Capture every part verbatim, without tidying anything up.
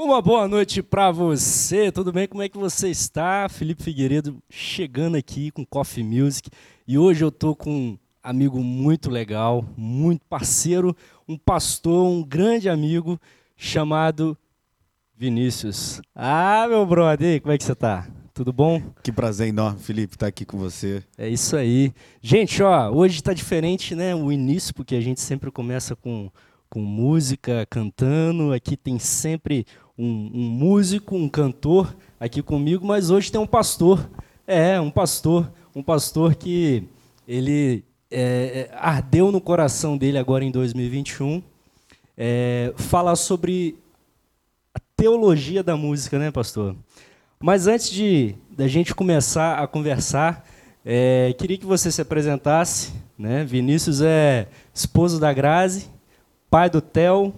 Uma boa noite para você, tudo bem? Como é que você está? Felipe Figueiredo chegando aqui com Coffee Music e hoje eu tô com um amigo muito legal, muito parceiro, um pastor, um grande amigo chamado Vinícius. Ah, meu brother, e aí, como é que você tá? Tudo bom? Que prazer enorme, Felipe, estar aqui com você. É isso aí. Gente, ó, hoje tá diferente, né? O início, porque a gente sempre começa com, com música, cantando. Aqui tem sempre um, um músico, um cantor aqui comigo, mas hoje tem um pastor. É, um pastor. Um pastor que ele é, é, ardeu no coração dele agora em dois mil e vinte e um. É, falar sobre a teologia da música, né, pastor? Mas antes de da gente começar a conversar, é, queria que você se apresentasse, né? Vinícius é esposo da Grazi, pai do Theo,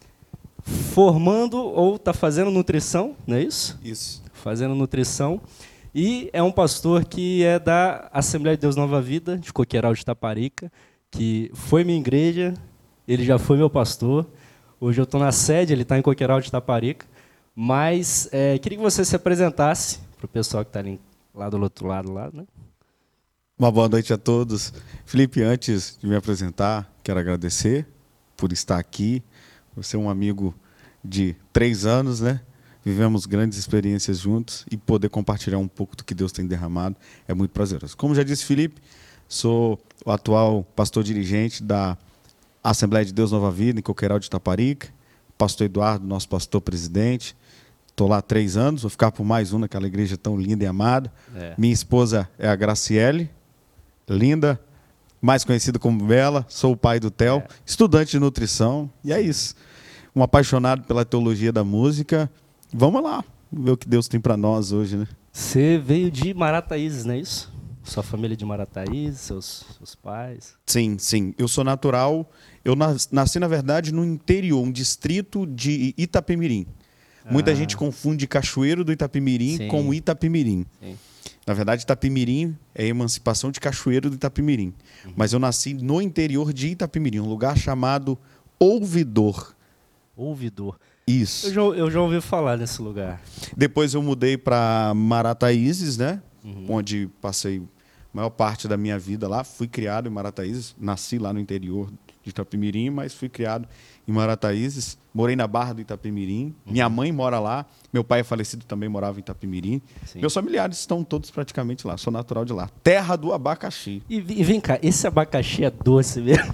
formando ou está fazendo nutrição, não é isso? Isso. Fazendo nutrição. E é um pastor que é da Assembleia de Deus Nova Vida, de Coqueiral de Itaparica, que foi minha igreja, ele já foi meu pastor. Hoje eu estou na sede, ele está em Coqueiral de Itaparica. Mas é, queria que você se apresentasse para o pessoal que está ali lá do outro lado, lá, né? Uma boa noite a todos. Felipe, antes de me apresentar, quero agradecer por estar aqui. Você é um amigo de três anos, né? Vivemos grandes experiências juntos e poder compartilhar um pouco do que Deus tem derramado é muito prazeroso. Como já disse Felipe, sou o atual pastor dirigente da Assembleia de Deus Nova Vida, em Coqueiral de Itaparica. Pastor Eduardo, nosso pastor presidente. Estou lá há três anos, vou ficar por mais um naquela igreja tão linda e amada. É. Minha esposa é a Graciele, linda, mais conhecida como Bela. Sou o pai do Theo, é. estudante de nutrição. E é isso. Um apaixonado pela teologia da música. Vamos lá, ver o que Deus tem para nós hoje, né? Você veio de Marataízes, não é isso? Sua família de Marataízes, seus, seus pais? Sim, sim. Eu sou natural. Eu nasci, na verdade, no interior, um distrito de Itapemirim. Muita ah. gente confunde Cachoeiro do Itapemirim Sim. com Itapemirim. Sim. Na verdade, Itapemirim é a emancipação de Cachoeiro do Itapemirim. Uhum. Mas eu nasci no interior de Itapemirim, um lugar chamado Ouvidor. Ouvidor. Isso. Eu já, eu já ouvi falar nesse lugar. Depois eu mudei para Marataízes, né? Uhum. Onde passei a maior parte da minha vida lá. Fui criado em Marataízes, nasci lá no interior de Itapemirim, mas fui criado em Marataízes. Morei na Barra do Itapemirim. Uhum. Minha mãe mora lá. Meu pai é falecido, também morava em Itapemirim. Sim. Meus familiares estão todos praticamente lá. Sou natural de lá. Terra do abacaxi. E, e vem cá, esse abacaxi é doce mesmo?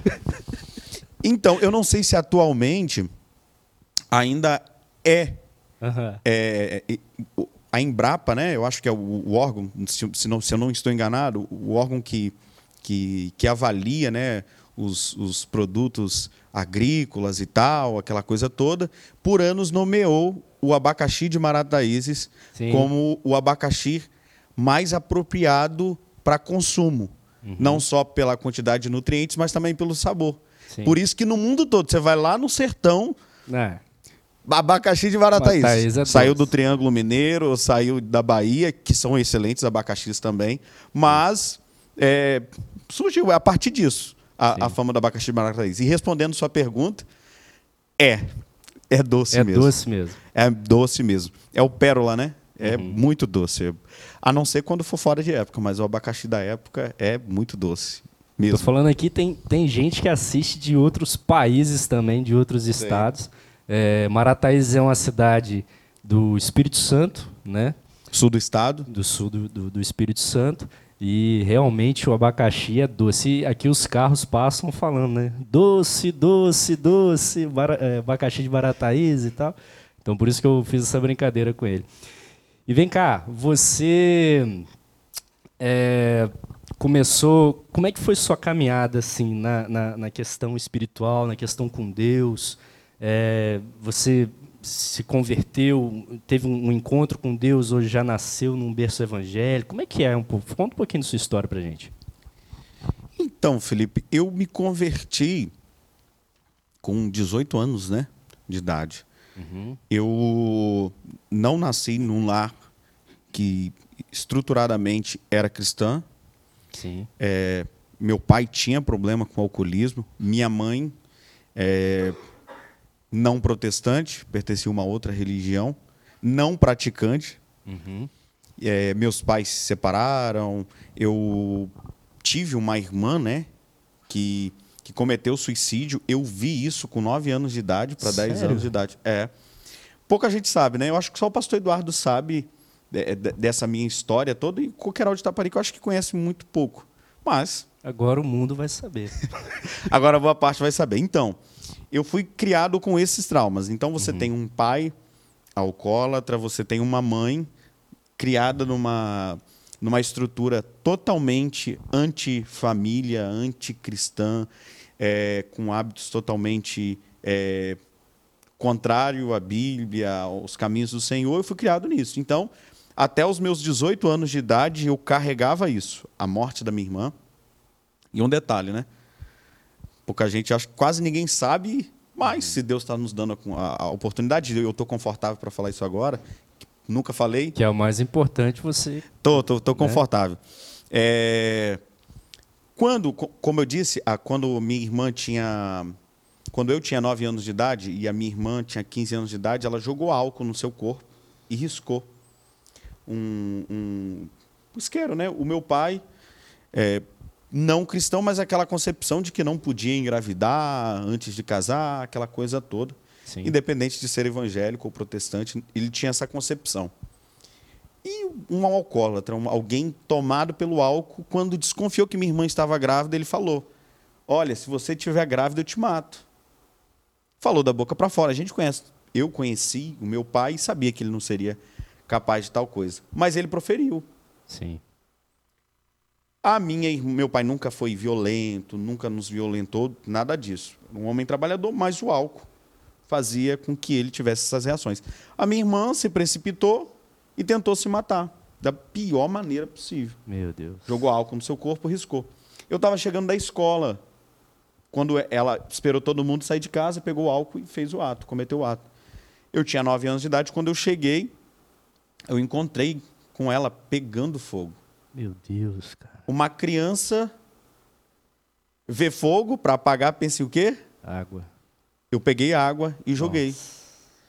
Então, eu não sei se atualmente ainda é... Uhum. é, é, é a Embrapa, né? Eu acho que é o, o órgão, se, se, não, se eu não estou enganado, o órgão que, que, que avalia, né, os, os produtos agrícolas e tal, aquela coisa toda, por anos nomeou o abacaxi de Marataízes Sim. como o abacaxi mais apropriado para consumo. Uhum. Não só pela quantidade de nutrientes, mas também pelo sabor. Sim. Por isso que no mundo todo, você vai lá no sertão... É. Abacaxi de Marataízes. Marataízes é saiu do Triângulo Mineiro, saiu da Bahia, que são excelentes abacaxis também. Mas é, surgiu a partir disso a, a fama do abacaxi de Marataízes. E respondendo sua pergunta, é. É doce é mesmo. É doce mesmo. É doce mesmo. É o pérola, né? É uhum. muito doce. A não ser quando for fora de época, mas o abacaxi da época é muito doce. Mesmo. Tô falando aqui, tem, tem gente que assiste de outros países também, de outros Sim. estados. É, Marataízes é uma cidade do Espírito Santo, né? Sul do estado. Do sul do, do, do Espírito Santo. E realmente o abacaxi é doce. E aqui os carros passam falando, né? Doce, doce, doce, bar, é, abacaxi de Marataízes e tal. Então por isso que eu fiz essa brincadeira com ele. E vem cá, você é, começou... Como é que foi sua caminhada assim, na, na, na questão espiritual, na questão com Deus? É, você se converteu, teve um, um encontro com Deus, hoje já nasceu num berço evangélico. Como é que é? Um pouco, conta um pouquinho da sua história pra gente. Então, Felipe, eu me converti com dezoito anos, né, de idade. Uhum. Eu não nasci num lar que estruturadamente era cristã. Sim. É, meu pai tinha problema com alcoolismo. Minha mãe... É, não protestante, pertencia a uma outra religião, não praticante. Uhum. É, meus pais se separaram, eu tive uma irmã, né, que, que cometeu suicídio. Eu vi isso com nove anos de idade para dez anos de idade. É. Pouca gente sabe, né? Eu acho que só o pastor Eduardo sabe de, de, dessa minha história toda, e Coqueiral de Itaparica eu acho que conhece muito pouco. Mas... agora o mundo vai saber. Agora boa parte vai saber. Então, eu fui criado com esses traumas. Então, você uhum. tem um pai alcoólatra, você tem uma mãe criada numa, numa estrutura totalmente anti-família, anticristã, é, com hábitos totalmente é, contrário à Bíblia, aos caminhos do Senhor. Eu fui criado nisso. Então, até os meus dezoito anos de idade, eu carregava isso. A morte da minha irmã. E um detalhe, né? Pouca gente, acho que quase ninguém sabe, mas se Deus está nos dando a, a oportunidade, eu estou confortável para falar isso agora, nunca falei. Que é o mais importante você... Tô, tô, tô confortável. Né? É... Quando, como eu disse, a, quando minha irmã tinha... Quando eu tinha nove anos de idade e a minha irmã tinha quinze anos de idade, ela jogou álcool no seu corpo e riscou um, um isqueiro, né? O meu pai... É, não cristão, mas aquela concepção de que não podia engravidar antes de casar, aquela coisa toda. Sim. Independente de ser evangélico ou protestante, ele tinha essa concepção. E um alcoólatra, um, alguém tomado pelo álcool, quando desconfiou que minha irmã estava grávida, ele falou: olha, se você estiver grávida, eu te mato. Falou da boca para fora. A gente conhece. Eu conheci o meu pai e sabia que ele não seria capaz de tal coisa. Mas ele proferiu. Sim. A minha, meu pai nunca foi violento, nunca nos violentou, nada disso. Um homem trabalhador, mas o álcool fazia com que ele tivesse essas reações. A minha irmã se precipitou e tentou se matar da pior maneira possível. Meu Deus. Jogou álcool no seu corpo, riscou. Eu estava chegando da escola, quando ela esperou todo mundo sair de casa, pegou o álcool e fez o ato, cometeu o ato. Eu tinha nove anos de idade, quando eu cheguei, eu encontrei com ela pegando fogo. Meu Deus, cara. Uma criança vê fogo para apagar, pensa em o quê? Água. Eu peguei água e joguei. Nossa.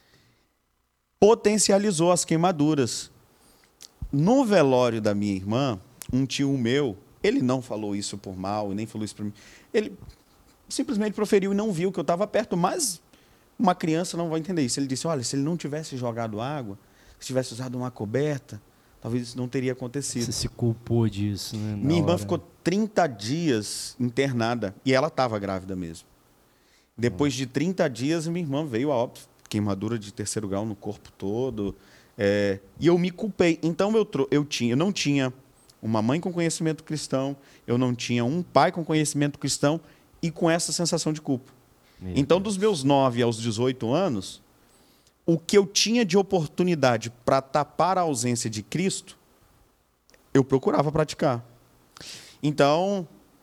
Potencializou as queimaduras. No velório da minha irmã, um tio meu, ele não falou isso por mal, nem falou isso para mim. Ele simplesmente proferiu e não viu que eu estava perto, mas uma criança não vai entender isso. Ele disse, olha, se ele não tivesse jogado água, se tivesse usado uma coberta, talvez isso não teria acontecido. Você se culpou disso, né? Minha irmã hora. ficou trinta dias internada e ela estava grávida mesmo. Depois de trinta dias, minha irmã veio a óbito, queimadura de terceiro grau no corpo todo. É, e eu me culpei. Então, eu, eu, tinha, eu não tinha uma mãe com conhecimento cristão, eu não tinha um pai com conhecimento cristão e com essa sensação de culpa. Meu então, Deus. Dos meus nove aos dezoito anos... o que eu tinha de oportunidade para tapar a ausência de Cristo, eu procurava praticar. Então,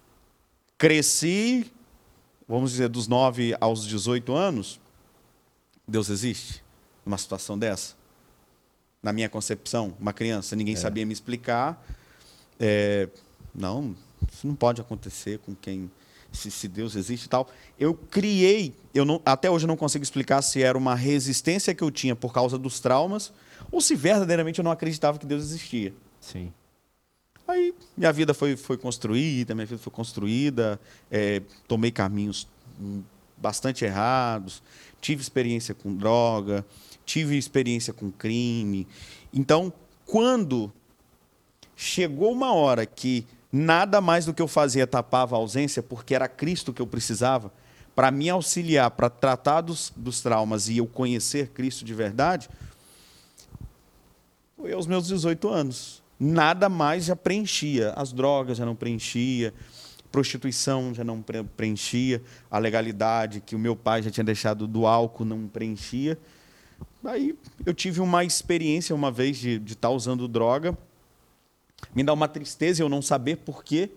cresci, vamos dizer, dos nove aos dezoito anos. Deus existe? Numa situação dessa? Na minha concepção, uma criança, ninguém é. sabia me explicar. É, não, isso não pode acontecer com quem... Se, se Deus existe e tal. Eu criei, eu não, até hoje eu não consigo explicar se era uma resistência que eu tinha por causa dos traumas ou se verdadeiramente eu não acreditava que Deus existia. Sim. Aí minha vida foi, foi construída, minha vida foi construída, é, tomei caminhos bastante errados, tive experiência com droga, tive experiência com crime. Então, quando chegou uma hora que nada mais do que eu fazia tapava a ausência, porque era Cristo que eu precisava, para me auxiliar, para tratar dos, dos traumas e eu conhecer Cristo de verdade, foi aos meus dezoito anos. Nada mais já preenchia. As drogas já não preenchia, prostituição já não preenchia, a legalidade que o meu pai já tinha deixado do álcool não preenchia. Aí eu tive uma experiência uma vez de de estar usando droga. Me dá uma tristeza eu não saber por quê.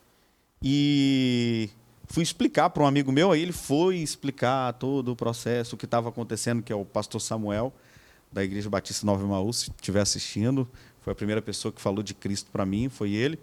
E fui explicar para um amigo meu, aí ele foi explicar todo o processo, o que estava acontecendo, que é o pastor Samuel, da Igreja Batista Nova Emaús, se estiver assistindo, foi a primeira pessoa que falou de Cristo para mim, foi ele.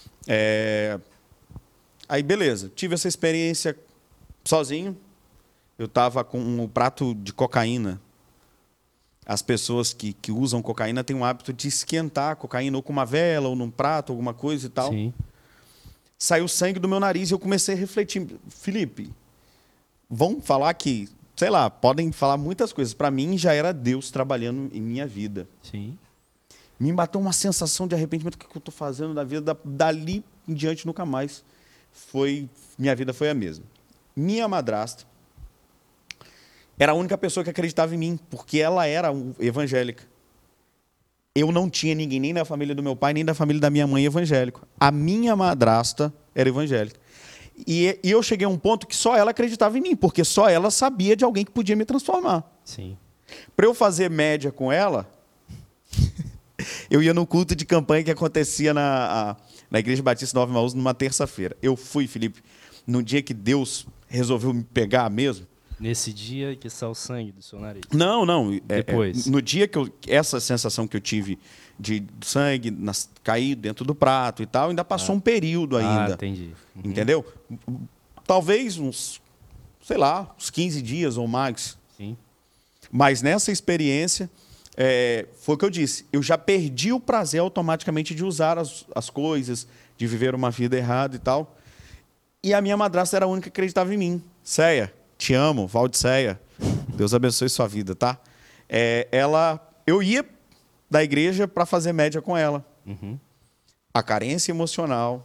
É... Aí, beleza, tive essa experiência sozinho, eu estava com um prato de cocaína. As pessoas que, que usam cocaína têm o hábito de esquentar a cocaína ou com uma vela, ou num prato, alguma coisa e tal. Sim. Saiu sangue do meu nariz e eu comecei a refletir. Felipe, vão falar que, sei lá, podem falar muitas coisas. Para mim, já era Deus trabalhando em minha vida. Sim. Me bateu uma sensação de arrependimento. O que eu estou fazendo da vida? Dali em diante, nunca mais. Foi, minha vida foi a mesma. Minha madrasta era a única pessoa que acreditava em mim, porque ela era evangélica. Eu não tinha ninguém, nem da família do meu pai, nem da família da minha mãe evangélico. A minha madrasta era evangélica. E, e eu cheguei a um ponto que só ela acreditava em mim, porque só ela sabia de alguém que podia me transformar. Sim. Para eu fazer média com ela, eu ia no culto de campanha que acontecia na, a, na Igreja Batista Nova Emaús numa terça-feira. Eu fui, Felipe, no dia que Deus resolveu me pegar mesmo. Nesse dia que saiu sangue do seu nariz? Não, não. Depois? É, é, no dia que eu... Essa sensação que eu tive de sangue nas, cair dentro do prato e tal, ainda passou ah. um período ainda. Ah, entendi. Uhum. Entendeu? Talvez uns, sei lá, uns quinze dias ou mais. Sim. Mas nessa experiência, é, foi o que eu disse. Eu já perdi o prazer automaticamente de usar as, as coisas, de viver uma vida errada e tal. E a minha madrasta era a única que acreditava em mim. Céia, te amo, Valdiceia. Deus abençoe sua vida, tá? É, ela, eu ia da igreja para fazer média com ela. Uhum. A carência emocional,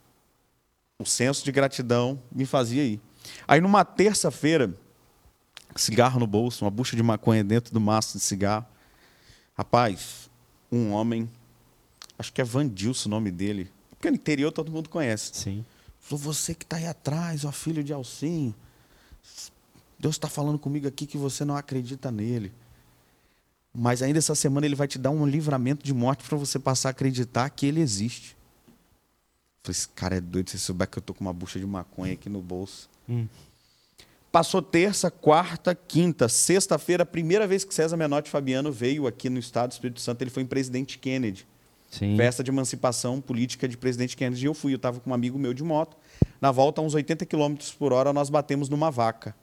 o senso de gratidão me fazia ir. Aí numa terça-feira, cigarro no bolso, uma bucha de maconha dentro do maço de cigarro. Rapaz, um homem, acho que é Vandilson o nome dele, porque no interior todo mundo conhece. Sim. Falou, você que está aí atrás, ó filho de Alcinho, Deus está falando comigo aqui que você não acredita nele. Mas ainda essa semana ele vai te dar um livramento de morte para você passar a acreditar que ele existe. Falei, esse cara é doido, se souber que eu tô com uma bucha de maconha aqui no bolso. Hum. Passou terça, quarta, quinta, sexta-feira, a primeira vez que César Menotti Fabiano veio aqui no estado do Espírito Santo, ele foi em Presidente Kennedy. Sim. Festa de emancipação política de Presidente Kennedy. E eu fui, eu estava com um amigo meu de moto. Na volta, a uns oitenta quilômetros por hora, nós batemos numa vaca.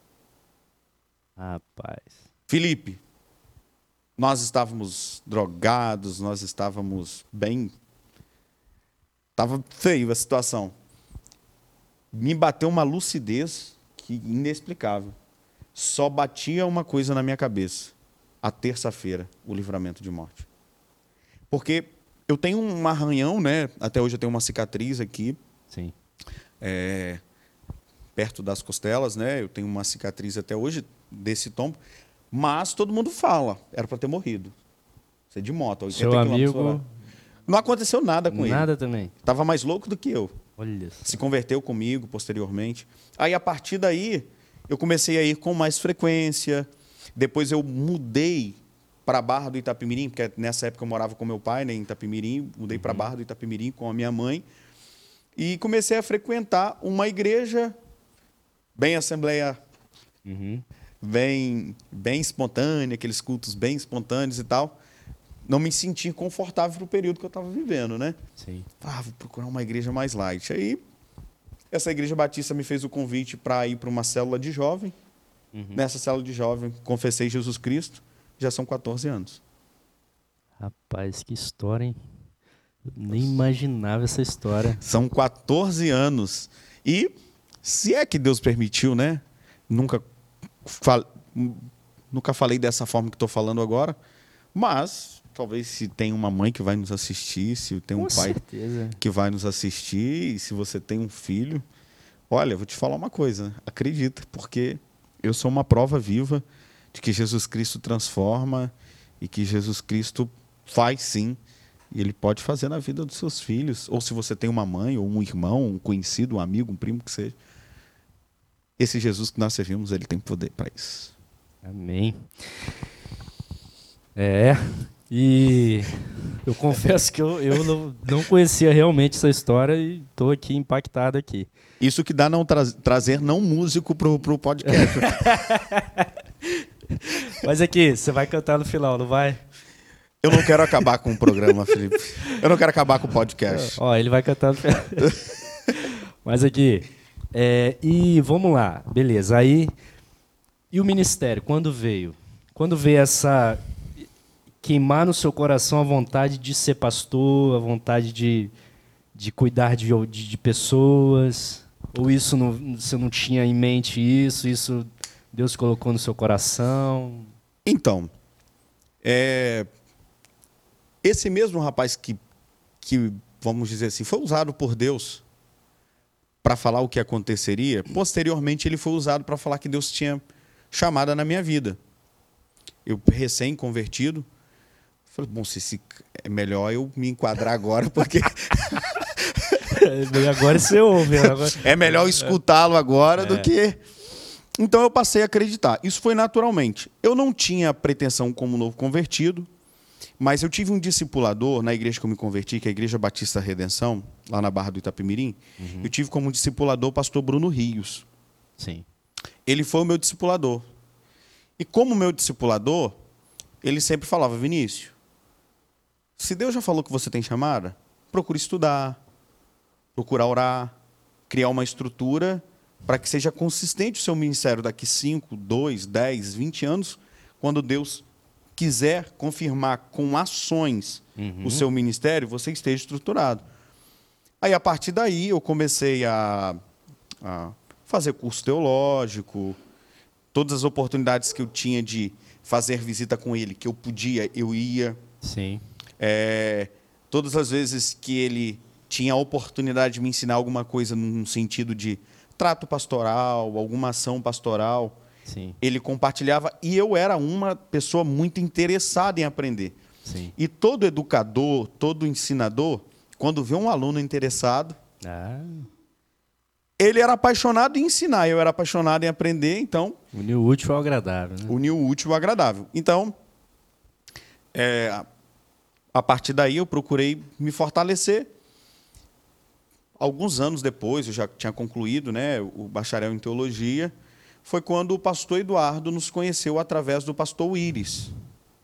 Rapaz. Felipe, nós estávamos drogados, nós estávamos bem... Estava feio a situação. Me bateu uma lucidez que inexplicável. Só batia uma coisa na minha cabeça. A terça-feira, o livramento de morte. Porque eu tenho um arranhão, né? Até hoje eu tenho uma cicatriz aqui. Sim. É, perto das costelas, né? Eu tenho uma cicatriz até hoje desse tombo. Mas todo mundo fala, era para ter morrido. Você de moto, oitenta Seu amigo... Não aconteceu nada com ele. Nada também. Estava mais louco do que eu. Olha. Se converteu comigo posteriormente. Aí, a partir daí, eu comecei a ir com mais frequência. Depois eu mudei para a Barra do Itapemirim, porque nessa época eu morava com meu pai, né, em Itapemirim. Mudei uhum. para a Barra do Itapemirim com a minha mãe. E comecei a frequentar uma igreja bem assembleia, uhum. bem, bem espontânea, aqueles cultos bem espontâneos e tal. Não me senti confortável para o período que eu estava vivendo, né? Sim. Ah, vou procurar uma igreja mais light. Aí, essa igreja batista me fez o convite para ir para uma célula de jovem. Uhum. Nessa célula de jovem, confessei Jesus Cristo. Já são quatorze anos. Rapaz, que história, hein? Eu nem imaginava essa história. São quatorze anos. E, se é que Deus permitiu, né? Nunca, fal... Nunca falei dessa forma que estou falando agora, mas... Talvez se tem uma mãe que vai nos assistir, se tem um Com pai certeza. que vai nos assistir, e se você tem um filho, olha, vou te falar uma coisa, acredita, porque eu sou uma prova viva de que Jesus Cristo transforma e que Jesus Cristo faz sim, e Ele pode fazer na vida dos seus filhos, ou se você tem uma mãe, ou um irmão, um conhecido, um amigo, um primo, que seja. Esse Jesus que nós servimos, Ele tem poder para isso. Amém. É... E eu confesso que eu, eu não, não conhecia realmente essa história e estou aqui impactado aqui. Isso que dá não tra trazer não músico pro, pro podcast. Mas aqui, você vai cantar no final, não vai? Eu não quero acabar com o programa, Felipe. Eu não quero acabar com o podcast. Ó, ele vai cantar no final. Mas aqui, é, e vamos lá, beleza. Aí E o ministério, quando veio? Quando veio essa... queimar no seu coração a vontade de ser pastor, a vontade de, de cuidar de, de, de pessoas? Ou isso não, você não tinha em mente isso? Isso Deus colocou no seu coração? Então, é, esse mesmo rapaz que, que, vamos dizer assim, foi usado por Deus para falar o que aconteceria, posteriormente ele foi usado para falar que Deus tinha chamada na minha vida. Eu, recém-convertido, falei, bom, se, se é melhor eu me enquadrar agora, porque... agora você ouve. Agora... é melhor escutá-lo agora é. do que... Então eu passei a acreditar. Isso foi naturalmente. Eu não tinha pretensão como novo convertido, mas eu tive um discipulador na igreja que eu me converti, que é a Igreja Batista Redenção, lá na Barra do Itapemirim. Uhum. Eu tive como discipulador o pastor Bruno Rios. Sim. Ele foi o meu discipulador. E como meu discipulador, ele sempre falava, Vinícius, se Deus já falou que você tem chamada, procure estudar, procura orar, criar uma estrutura para que seja consistente o seu ministério daqui cinco, dois, dez, vinte anos, quando Deus quiser confirmar com ações uhum. o seu ministério, você esteja estruturado. Aí, a partir daí, eu comecei a, a fazer curso teológico, todas as oportunidades que eu tinha de fazer visita com ele, que eu podia, eu ia. Sim. É, todas as vezes que ele tinha a oportunidade de me ensinar alguma coisa num sentido de trato pastoral, alguma ação pastoral, sim. ele compartilhava e eu era uma pessoa muito interessada em aprender. Sim. E todo educador, todo ensinador, quando vê um aluno interessado, ah. ele era apaixonado em ensinar, eu era apaixonado em aprender, então... Uniu o útil ao agradável. Né? Uniu o útil ao agradável. Então, é, a partir daí eu procurei me fortalecer. Alguns anos depois, eu já tinha concluído, né, o bacharel em teologia, foi quando o pastor Eduardo nos conheceu através do pastor Íris.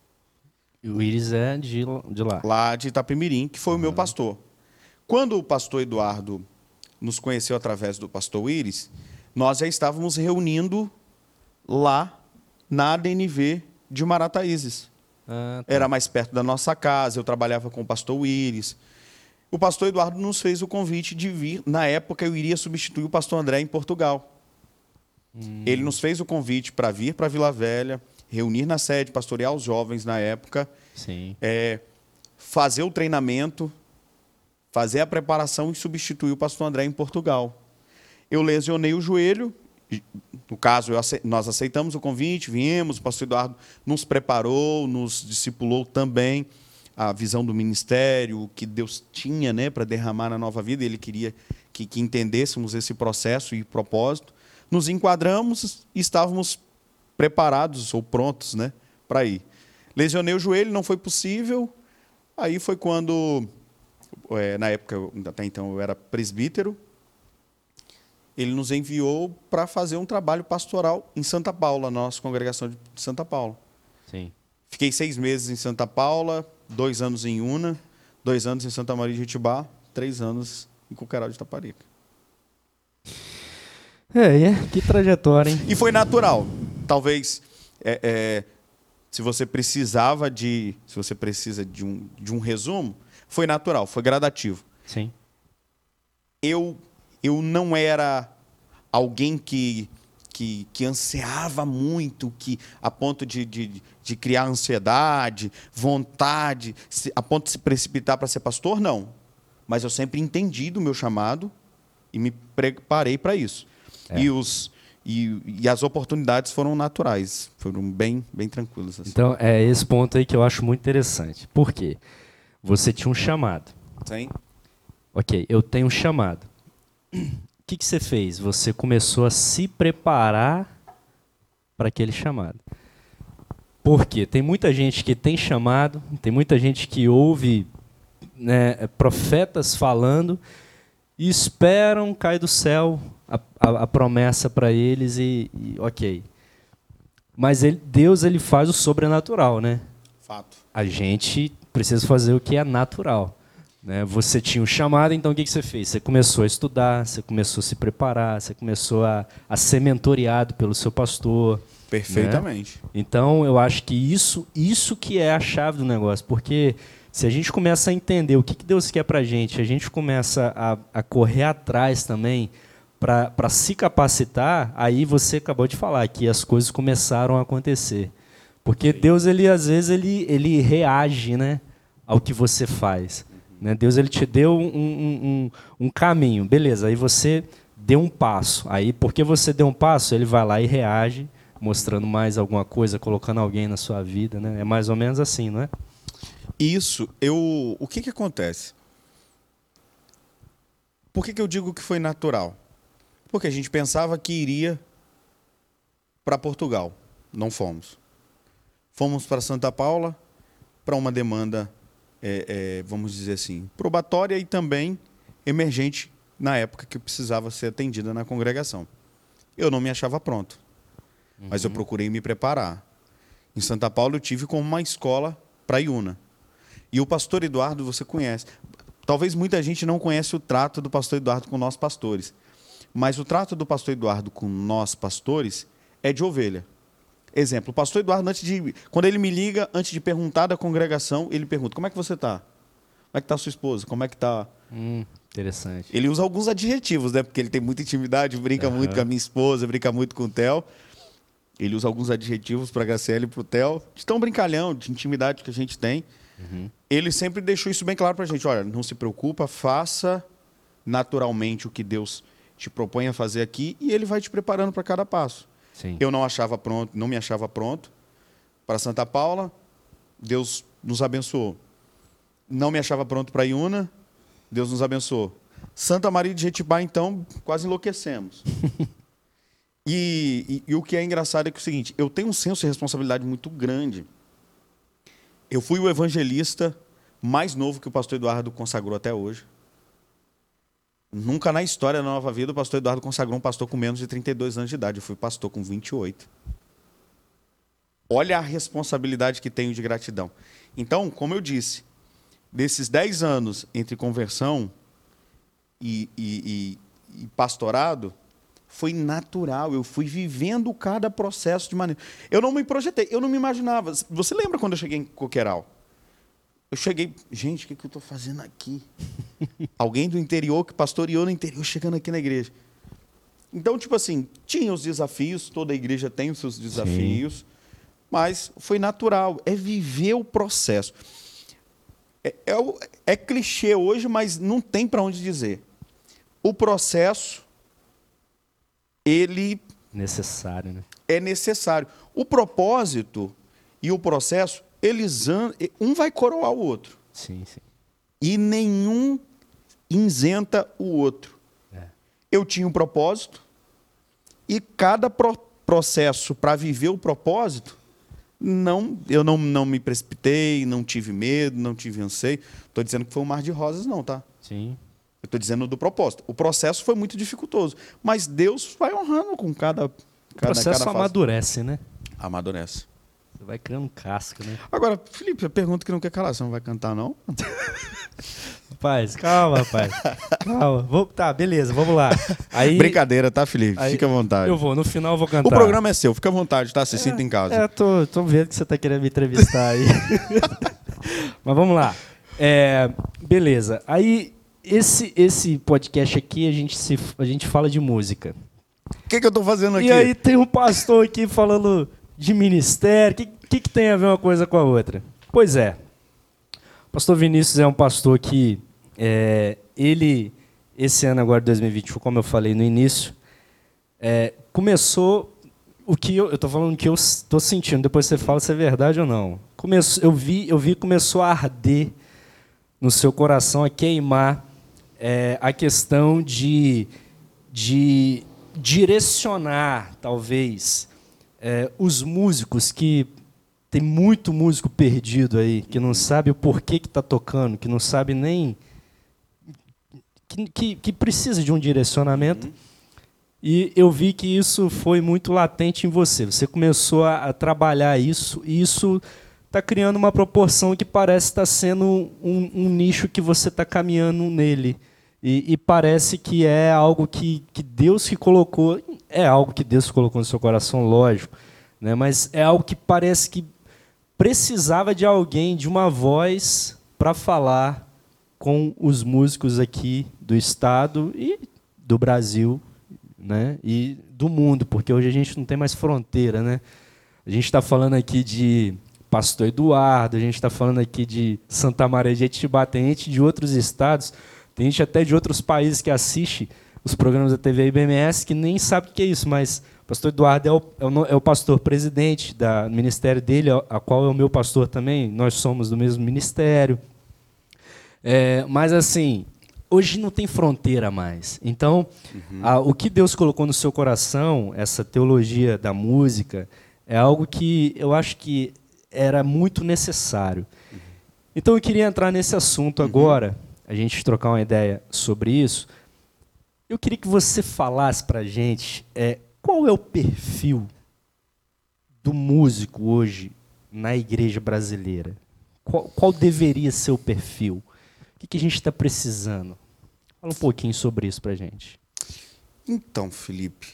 E o Íris é de, de lá? Lá de Itapemirim, que foi uhum. o meu pastor. Quando o pastor Eduardo nos conheceu através do pastor Íris, nós já estávamos reunindo lá na A D N V de Marataízes. Ah, tá. Era mais perto da nossa casa, eu trabalhava com o pastor Íris. O pastor Eduardo nos fez o convite de vir. Na época, eu iria substituir o pastor André em Portugal. Hum. Ele nos fez o convite para vir para Vila Velha, reunir na sede, pastorear os jovens na época, Sim. É, fazer o treinamento, fazer a preparação e substituir o pastor André em Portugal. Eu lesionei o joelho, no caso, eu ace... nós aceitamos o convite, viemos, o pastor Eduardo nos preparou, nos discipulou também, a visão do ministério, o que Deus tinha, né, para derramar na nova vida, ele queria que, que entendêssemos esse processo e propósito. Nos enquadramos e estávamos preparados ou prontos, né, para ir. Lesionei o joelho, não foi possível. Aí foi quando, é, na época, até então eu era presbítero, ele nos enviou para fazer um trabalho pastoral em Santa Paula, na nossa congregação de Santa Paula. Sim. Fiquei seis meses em Santa Paula, dois anos em Una, dois anos em Santa Maria de Jetibá, três anos em Coqueiral de Itaparica. É, é, que trajetória, hein? E foi natural. Talvez, é, é, se você precisava de, se você precisa de um, de um resumo, foi natural, foi gradativo. Sim. Eu, eu não era alguém que... Que, que ansiava muito, que, a ponto de, de, de criar ansiedade, vontade, se, a ponto de se precipitar para ser pastor, não. Mas eu sempre entendi do meu chamado e me preparei para isso. É. E, os, e, e as oportunidades foram naturais, foram bem, bem tranquilas. Assim. Então, é esse ponto aí que eu acho muito interessante. Por quê? Você tinha um chamado. Sim. Ok, eu tenho um chamado. O que, que você fez? Você começou a se preparar para aquele chamado. Por quê? Tem muita gente que tem chamado, tem muita gente que ouve, né, profetas falando e esperam cair do céu a, a, a promessa para eles e, e ok. Mas ele, Deus ele faz o sobrenatural, né? Fato. A gente precisa fazer o que é natural. Né? Você tinha um chamado, então o que, que você fez? Você começou a estudar, você começou a se preparar, você começou a, a ser mentoreado pelo seu pastor, Perfeitamente. Né? Então, eu acho que isso, isso que é a chave do negócio, porque se a gente começa a entender o que, que Deus quer para a gente, a gente começa a, a correr atrás também para se capacitar, aí você acabou de falar que as coisas começaram a acontecer. Porque Deus, ele, às vezes, ele, ele reage, né, ao que você faz. Né? Deus, ele te deu um, um, um, um caminho, beleza, aí você deu um passo. Aí, porque você deu um passo, ele vai lá e reage, mostrando mais alguma coisa, colocando alguém na sua vida. Né? É mais ou menos assim, não é? Isso, eu, o que, que acontece? Por que, que eu digo que foi natural? Porque a gente pensava que iria para Portugal. Não fomos. Fomos para Santa Paula para uma demanda, é, é, vamos dizer assim, probatória e também emergente na época que precisava ser atendida na congregação. Eu não me achava pronto, uhum. mas eu procurei me preparar. Em Santa Paula eu tive como uma escola para Iuna. E o pastor Eduardo você conhece. Talvez muita gente não conhece o trato do pastor Eduardo com nós pastores. Mas o trato do pastor Eduardo com nós pastores é de ovelha. Exemplo, o pastor Eduardo, antes de, quando ele me liga, antes de perguntar da congregação, ele pergunta, como é que você está? Como é que está a sua esposa? Como é que está... Hum, interessante. Ele usa alguns adjetivos, né? Porque ele tem muita intimidade, brinca uhum. muito com a minha esposa, brinca muito com o Theo. Ele usa alguns adjetivos para a Graciela e para o Theo, de tão brincalhão, de intimidade que a gente tem. Uhum. Ele sempre deixou isso bem claro para a gente. Olha, não se preocupa, faça naturalmente o que Deus te propõe a fazer aqui e ele vai te preparando para cada passo. Sim. Eu não achava pronto, não me achava pronto para Santa Paula, Deus nos abençoou. Não me achava pronto para Iuna, Deus nos abençoou. Santa Maria de Jetibá, então, quase enlouquecemos. e, e, e o que é engraçado é que é o seguinte, eu tenho um senso de responsabilidade muito grande. Eu fui o evangelista mais novo que o pastor Eduardo consagrou até hoje. Nunca na história da Nova Vida o pastor Eduardo consagrou um pastor com menos de trinta e dois anos de idade. Eu fui pastor com vinte e oito. Olha a responsabilidade que tenho de gratidão. Então, como eu disse, desses dez anos entre conversão e, e, e, e pastorado, foi natural. Eu fui vivendo cada processo de maneira... Eu não me projetei, eu não me imaginava. Você lembra quando eu cheguei em Coqueiral? Eu cheguei, gente, o que, que eu estou fazendo aqui? Alguém do interior que pastoreou no interior chegando aqui na igreja. Então, tipo assim, tinha os desafios, toda a igreja tem os seus desafios, sim, mas foi natural, é viver o processo. É, é, é clichê hoje, mas não tem para onde dizer. O processo, ele... Necessário, né? É necessário. O propósito e o processo, eles andam, um vai coroar o outro. Sim, sim. E nenhum isenta o outro. É. Eu tinha um propósito e cada pro processo para viver o propósito, não, eu não, não me precipitei, não tive medo, não tive anseio. Estou dizendo que foi um mar de rosas, não, tá? Sim. Eu estou dizendo do propósito. O processo foi muito dificultoso, mas Deus vai honrando com cada, cada O processo cada amadurece, né? Amadurece. Você vai criando casca, né? Agora, Felipe, eu pergunto que não quer calar. Você não vai cantar, não? Rapaz, calma, rapaz. Calma. Vou, tá, beleza, vamos lá. Aí, brincadeira, tá, Felipe? aí, Fica à vontade. Eu vou, no final eu vou cantar. O programa é seu, fica à vontade, tá? Você é, sinta em casa. É, tô, tô vendo que você tá querendo me entrevistar aí. Mas vamos lá. É, beleza. Aí, esse, esse podcast aqui, a gente, se, a gente fala de música. O que, que eu tô fazendo aqui? E aí tem um pastor aqui falando de ministério. O que, que, que tem a ver uma coisa com a outra? Pois é. O pastor Vinícius é um pastor que, é, ele, esse ano agora, dois mil e vinte e um, como eu falei no início, é, começou o que eu estou falando que eu estou sentindo, depois você fala se é verdade ou não. Começou, eu vi, eu vi que começou a arder no seu coração, a queimar é, a questão de, de direcionar, talvez, é, os músicos que... Tem muito músico perdido aí, que não sabe o porquê que está tocando, que não sabe nem... Que, que, que precisa de um direcionamento. Uhum. E eu vi que isso foi muito latente em você. Você começou a, a trabalhar isso, e isso está criando uma proporção que parece estar sendo um, um nicho que você está caminhando nele. E, e parece que é algo que, que Deus que colocou... É algo que Deus colocou no seu coração, lógico. né? Mas é algo que parece que precisava de alguém, de uma voz, para falar com os músicos aqui do estado e do Brasil, né? E do mundo, porque hoje a gente não tem mais fronteira, né? A gente está falando aqui de Pastor Eduardo, a gente está falando aqui de Santa Maria de Etibá, tem gente de outros estados, tem gente até de outros países que assiste os programas da T V I B M S que nem sabe o que é isso, mas o Pastor Eduardo é o, é o, é o pastor presidente do ministério dele, a qual é o meu pastor também, nós somos do mesmo ministério. É, mas assim, hoje não tem fronteira mais. Então, uhum. a, o que Deus colocou no seu coração, essa teologia da música, é algo que eu acho que era muito necessário. Uhum. Então eu queria entrar nesse assunto uhum. agora, a gente trocar uma ideia sobre isso. Eu queria que você falasse para a gente é, qual é o perfil do músico hoje na igreja brasileira. Qual, qual deveria ser o perfil? O que, que a gente está precisando? Fala um pouquinho sobre isso para a gente. Então, Felipe,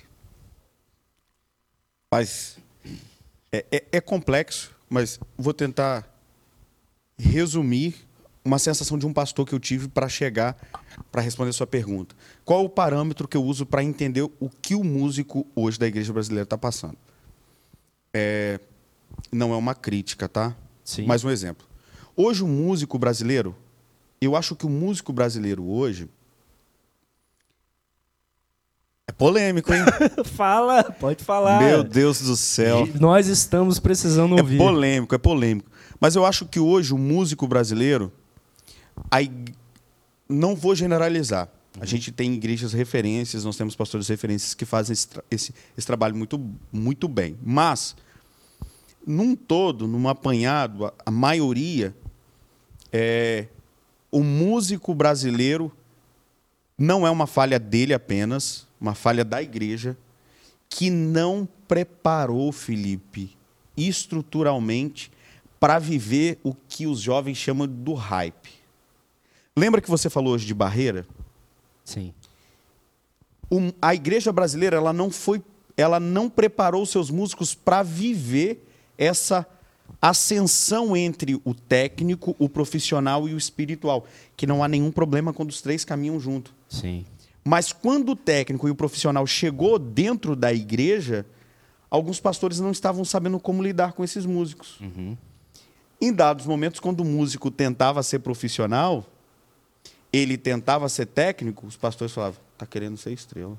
mas é, é, é complexo, mas vou tentar resumir uma sensação de um pastor que eu tive para chegar, para responder a sua pergunta. Qual é o parâmetro que eu uso para entender o que o músico hoje da igreja brasileira está passando? É, não é uma crítica, tá? Sim. Mais um exemplo. Hoje o músico brasileiro, eu acho que o músico brasileiro hoje é polêmico, hein? Fala, pode falar. Meu Deus do céu. Nós estamos precisando ouvir. É polêmico, é polêmico. Mas eu acho que hoje o músico brasileiro, aí, não vou generalizar. A gente tem igrejas referências, nós temos pastores referências que fazem esse, esse, esse trabalho muito, muito bem. Mas, num todo, num apanhado, a, a maioria, é, o músico brasileiro não é uma falha dele apenas, uma falha da igreja, que não preparou, Felipe, estruturalmente, para viver o que os jovens chamam do hype. Lembra que você falou hoje de barreira? Sim. Um, a igreja brasileira ela não, foi, ela não preparou seus músicos para viver essa ascensão entre o técnico, o profissional e o espiritual, que não há nenhum problema quando os três caminham junto. Sim. Mas quando o técnico e o profissional chegou dentro da igreja, alguns pastores não estavam sabendo como lidar com esses músicos. Uhum. Em dados momentos, quando o músico tentava ser profissional, ele tentava ser técnico, os pastores falavam, tá querendo ser estrela.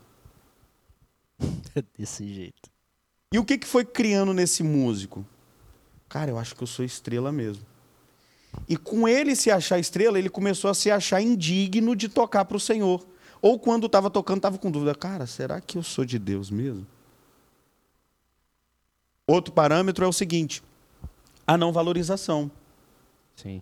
Desse jeito. E o que, que foi criando nesse músico? Cara, eu acho que eu sou estrela mesmo. E com ele se achar estrela, ele começou a se achar indigno de tocar para o Senhor. Ou quando estava tocando, estava com dúvida. Cara, será que eu sou de Deus mesmo? Outro parâmetro é o seguinte, a não valorização. Sim.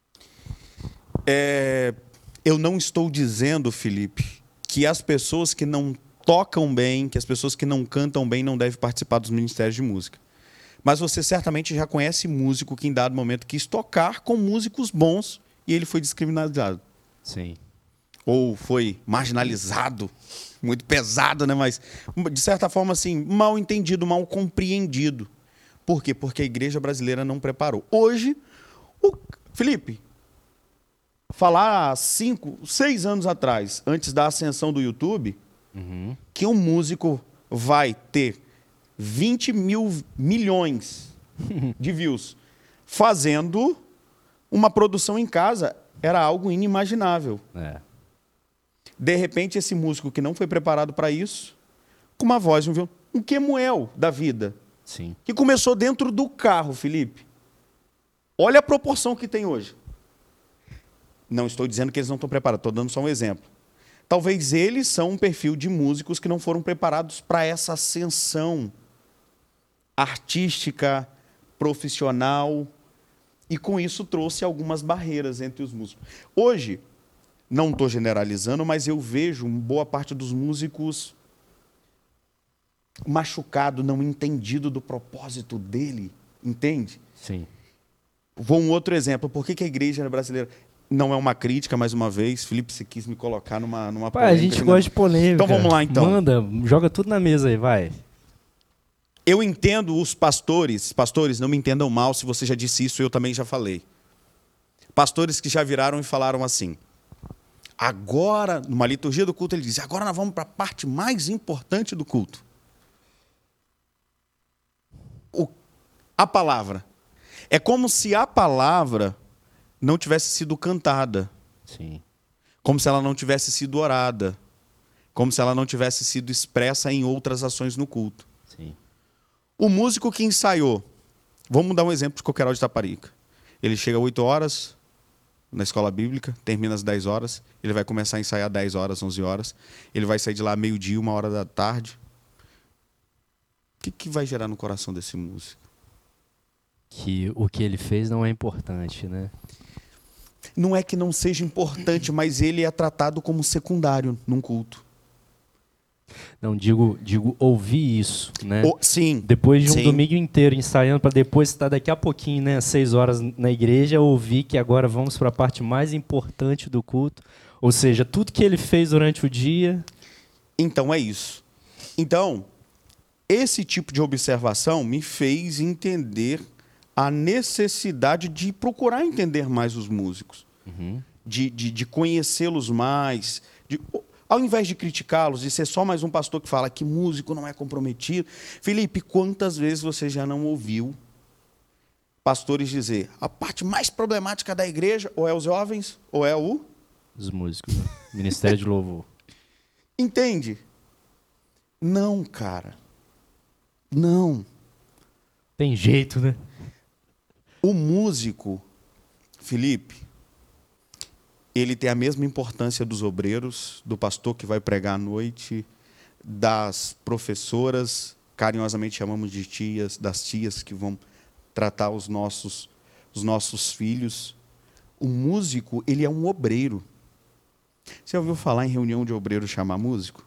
É, eu não estou dizendo, Felipe, que as pessoas que não tocam bem, que as pessoas que não cantam bem não devem participar dos ministérios de música. Mas você certamente já conhece músico que em dado momento quis tocar com músicos bons e ele foi discriminado. Sim. Ou foi marginalizado, muito pesado, né? Mas, de certa forma, assim, mal entendido, mal compreendido. Por quê? Porque a igreja brasileira não preparou. Hoje, o Felipe, falar há cinco, seis anos atrás, antes da ascensão do YouTube, uhum. que um músico vai ter vinte mil milhões de views fazendo uma produção em casa, era algo inimaginável. É. De repente, esse músico que não foi preparado para isso, com uma voz, um violão, um Kemuel da vida, Sim. que começou dentro do carro, Felipe. Olha a proporção que tem hoje. Não estou dizendo que eles não estão preparados, estou dando só um exemplo. Talvez eles são um perfil de músicos que não foram preparados para essa ascensão artística, profissional, e com isso trouxe algumas barreiras entre os músicos. Hoje, não estou generalizando, mas eu vejo boa parte dos músicos machucado, não entendido do propósito dele, entende? Sim. Vou um outro exemplo. Por que, que a igreja brasileira... Não é uma crítica, mais uma vez. Felipe, você quis me colocar numa, numa Pá, polêmica. A gente gosta de polêmica. Então vamos lá, então. Manda, joga tudo na mesa aí, vai. Eu entendo os pastores, pastores, não me entendam mal se você já disse isso, eu também já falei. Pastores que já viraram e falaram assim, agora, numa liturgia do culto, ele diz, agora nós vamos para a parte mais importante do culto. O, a palavra. É como se a palavra não tivesse sido cantada. Sim. Como se ela não tivesse sido orada. Como se ela não tivesse sido expressa em outras ações no culto. Sim. O músico que ensaiou, vamos dar um exemplo de Coqueiral de Itaparica. Ele chega às oito horas na escola bíblica, termina às dez horas, ele vai começar a ensaiar às dez horas, onze horas, ele vai sair de lá meio-dia, uma hora da tarde. O que, que vai gerar no coração desse músico? Que o que ele fez não é importante, né? Não é que não seja importante, mas ele é tratado como secundário num culto. Não, digo, digo ouvir isso, né? O, sim. Depois de um sim. domingo inteiro ensaiando, para depois estar daqui a pouquinho, né, às seis horas na igreja, ouvir que agora vamos para a parte mais importante do culto. Ou seja, tudo que ele fez durante o dia... Então é isso. Então, esse tipo de observação me fez entender a necessidade de procurar entender mais os músicos. Uhum. De, de, de conhecê-los mais... De, ao invés de criticá-los, de ser só mais um pastor que fala que músico não é comprometido. Felipe, quantas vezes você já não ouviu pastores dizer a parte mais problemática da igreja ou é os jovens ou é o... Os músicos, né? Ministério de Louvor. Entende? Não, cara. Não. Tem jeito, né? O músico, Felipe, ele tem a mesma importância dos obreiros, do pastor que vai pregar à noite, das professoras, carinhosamente chamamos de tias, das tias que vão tratar os nossos, os nossos filhos. O músico, ele é um obreiro. Você ouviu falar em reunião de obreiros chamar músico?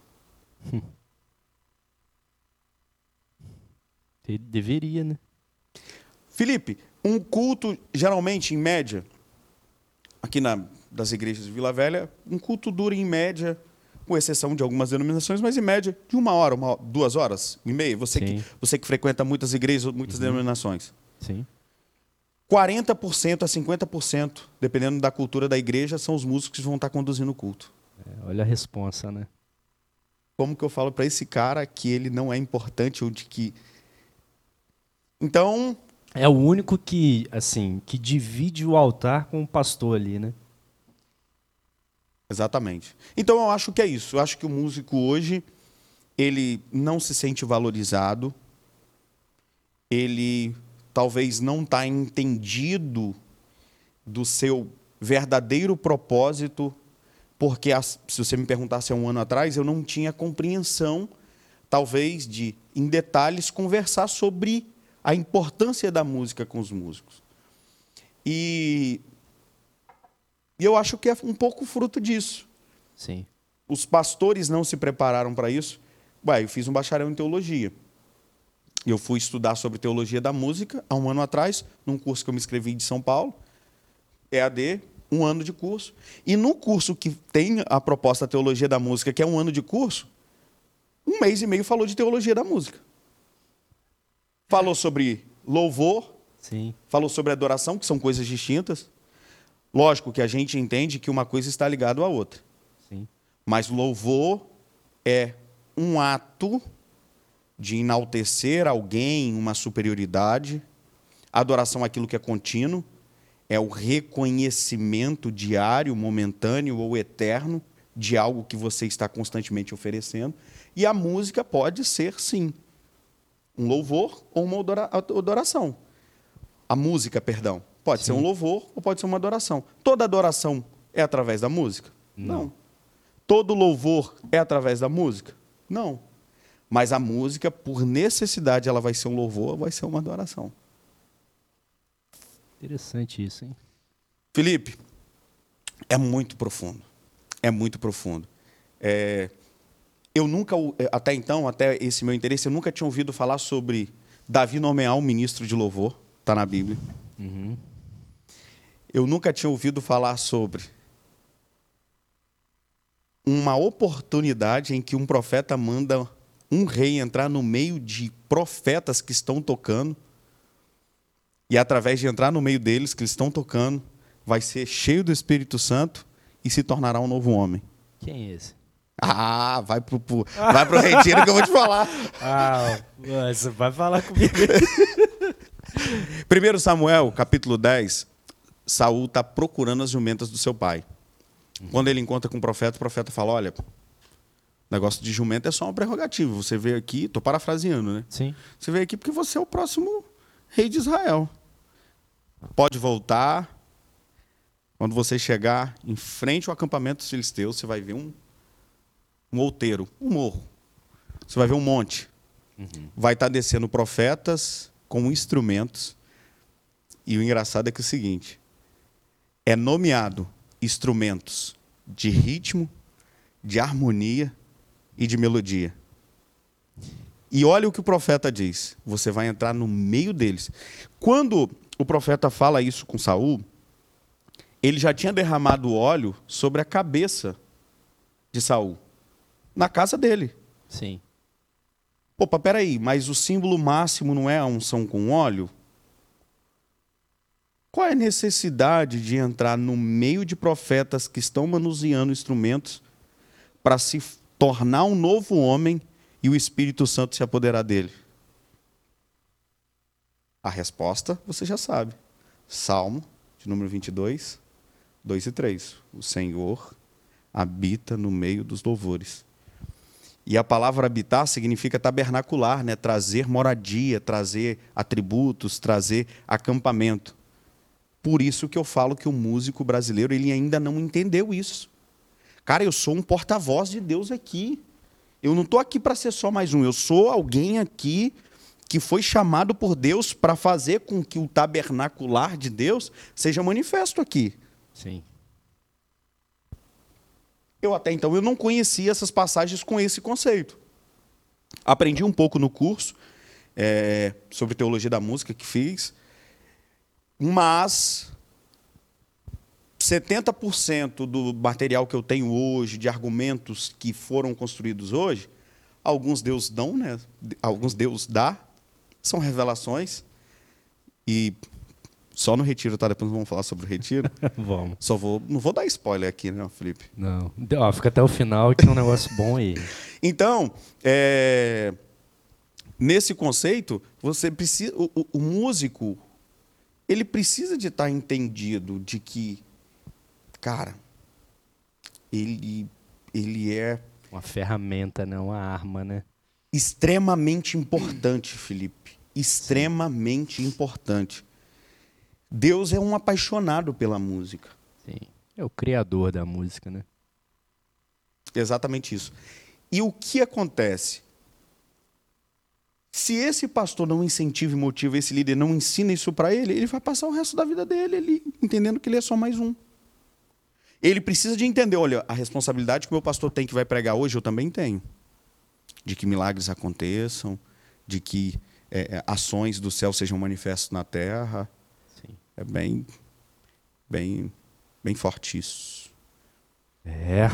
Ele deveria, né? Felipe, um culto, geralmente, em média, aqui na... das igrejas de Vila Velha, um culto dura em média, com exceção de algumas denominações, mas em média de uma hora, uma, duas horas e meia. Você que, você que frequenta muitas igrejas, muitas uhum. denominações. Sim. quarenta por cento a cinquenta por cento, dependendo da cultura da igreja, são os músicos que vão estar conduzindo o culto. É, olha a responsa, né? Como que eu falo para esse cara que ele não é importante ou de que... Então... É o único que, assim, que divide o altar com o pastor ali, né? Exatamente. Então eu acho que é isso. Eu acho que o músico hoje, ele não se sente valorizado, ele talvez não está entendido do seu verdadeiro propósito, porque se você me perguntasse há um ano atrás, eu não tinha compreensão, talvez, de, em detalhes, conversar sobre a importância da música com os músicos. E... E eu acho que é um pouco fruto disso. Sim. Os pastores não se prepararam para isso. Ué, eu fiz um bacharel em teologia. Eu fui estudar sobre teologia da música há um ano atrás, num curso que eu me inscrevi de São Paulo, E A D, um ano de curso. E no curso que tem a proposta Teologia da Música, que é um ano de curso, um mês e meio falou de teologia da música. Falou sobre louvor, sim. Falou sobre adoração, que são coisas distintas. Lógico que a gente entende que uma coisa está ligada à outra. Sim. Mas louvor é um ato de enaltecer alguém, uma superioridade. Adoração é aquilo que é contínuo. É o reconhecimento diário, momentâneo ou eterno de algo que você está constantemente oferecendo. E a música pode ser, sim, um louvor ou uma adoração. A música, perdão. Pode Sim. ser um louvor ou pode ser uma adoração. Toda adoração é através da música? Não. Não. Todo louvor é através da música? Não. Mas a música, por necessidade, ela vai ser um louvor ou vai ser uma adoração. Interessante isso, hein? Felipe, é muito profundo. É muito profundo. É... Eu nunca, até então, até esse meu interesse, eu nunca tinha ouvido falar sobre Davi nomear um ministro de louvor. Está na Bíblia. Uhum. Eu nunca tinha ouvido falar sobre uma oportunidade em que um profeta manda um rei entrar no meio de profetas que estão tocando, e através de entrar no meio deles, que eles estão tocando, vai ser cheio do Espírito Santo e se tornará um novo homem. Quem é esse? Ah, vai pro, pro, vai pro retiro que eu vou te falar. Ah, você vai falar comigo. primeiro Samuel, capítulo dez, Saul está procurando as jumentas do seu pai. Uhum. Quando ele encontra com o profeta, o profeta fala, olha, negócio de jumento é só uma prerrogativa. Você veio aqui, estou parafraseando, né? Sim. Você veio aqui porque você é o próximo rei de Israel. Pode voltar. Quando você chegar em frente ao acampamento dos filisteus, você vai ver um, um outeiro, um morro. Você vai ver um monte. Uhum. Vai estar descendo profetas com instrumentos. E o engraçado é que é o seguinte, é nomeado instrumentos de ritmo, de harmonia e de melodia. E olha o que o profeta diz. Você vai entrar no meio deles. Quando o profeta fala isso com Saul, ele já tinha derramado óleo sobre a cabeça de Saul, na casa dele. Sim. Opa, peraí, mas o símbolo máximo não é a unção com óleo? Qual é a necessidade de entrar no meio de profetas que estão manuseando instrumentos para se tornar um novo homem e o Espírito Santo se apoderar dele? A resposta você já sabe. Salmo, de número vinte e dois, dois e três. O Senhor habita no meio dos louvores. E a palavra habitar significa tabernacular, né? Trazer moradia, trazer atributos, trazer acampamento. Por isso que eu falo que o músico brasileiro ele ainda não entendeu isso. Cara, eu sou um porta-voz de Deus aqui. Eu não estou aqui para ser só mais um. Eu sou alguém aqui que foi chamado por Deus para fazer com que o tabernacular de Deus seja manifesto aqui. Sim. Eu até então eu não conhecia essas passagens com esse conceito. Aprendi um pouco no curso é, sobre teologia da música que fiz, mas setenta por cento do material que eu tenho hoje, de argumentos que foram construídos hoje, alguns Deus dão, né? Alguns Deus dá, são revelações, e só no retiro, tá? Depois vamos falar sobre o retiro. Vamos. Só vou, não vou dar spoiler aqui, né, Felipe? Não. Ó, fica até o final que é um negócio bom aí. Então, é, nesse conceito, você precisa, o, o, o músico, ele precisa de estar entendido de que, cara, ele, ele é uma ferramenta, não uma arma, né? Extremamente importante, Felipe. Extremamente Sim. importante. Deus é um apaixonado pela música. Sim. É o criador da música, né? Exatamente isso. E o que acontece? Se esse pastor não incentiva e motiva, esse líder não ensina isso para ele, ele vai passar o resto da vida dele ele, entendendo que ele é só mais um. Ele precisa de entender, olha, a responsabilidade que o meu pastor tem que vai pregar hoje, eu também tenho. De que milagres aconteçam, de que é, ações do céu sejam manifestas na terra. Sim. É bem, bem, bem forte isso. É.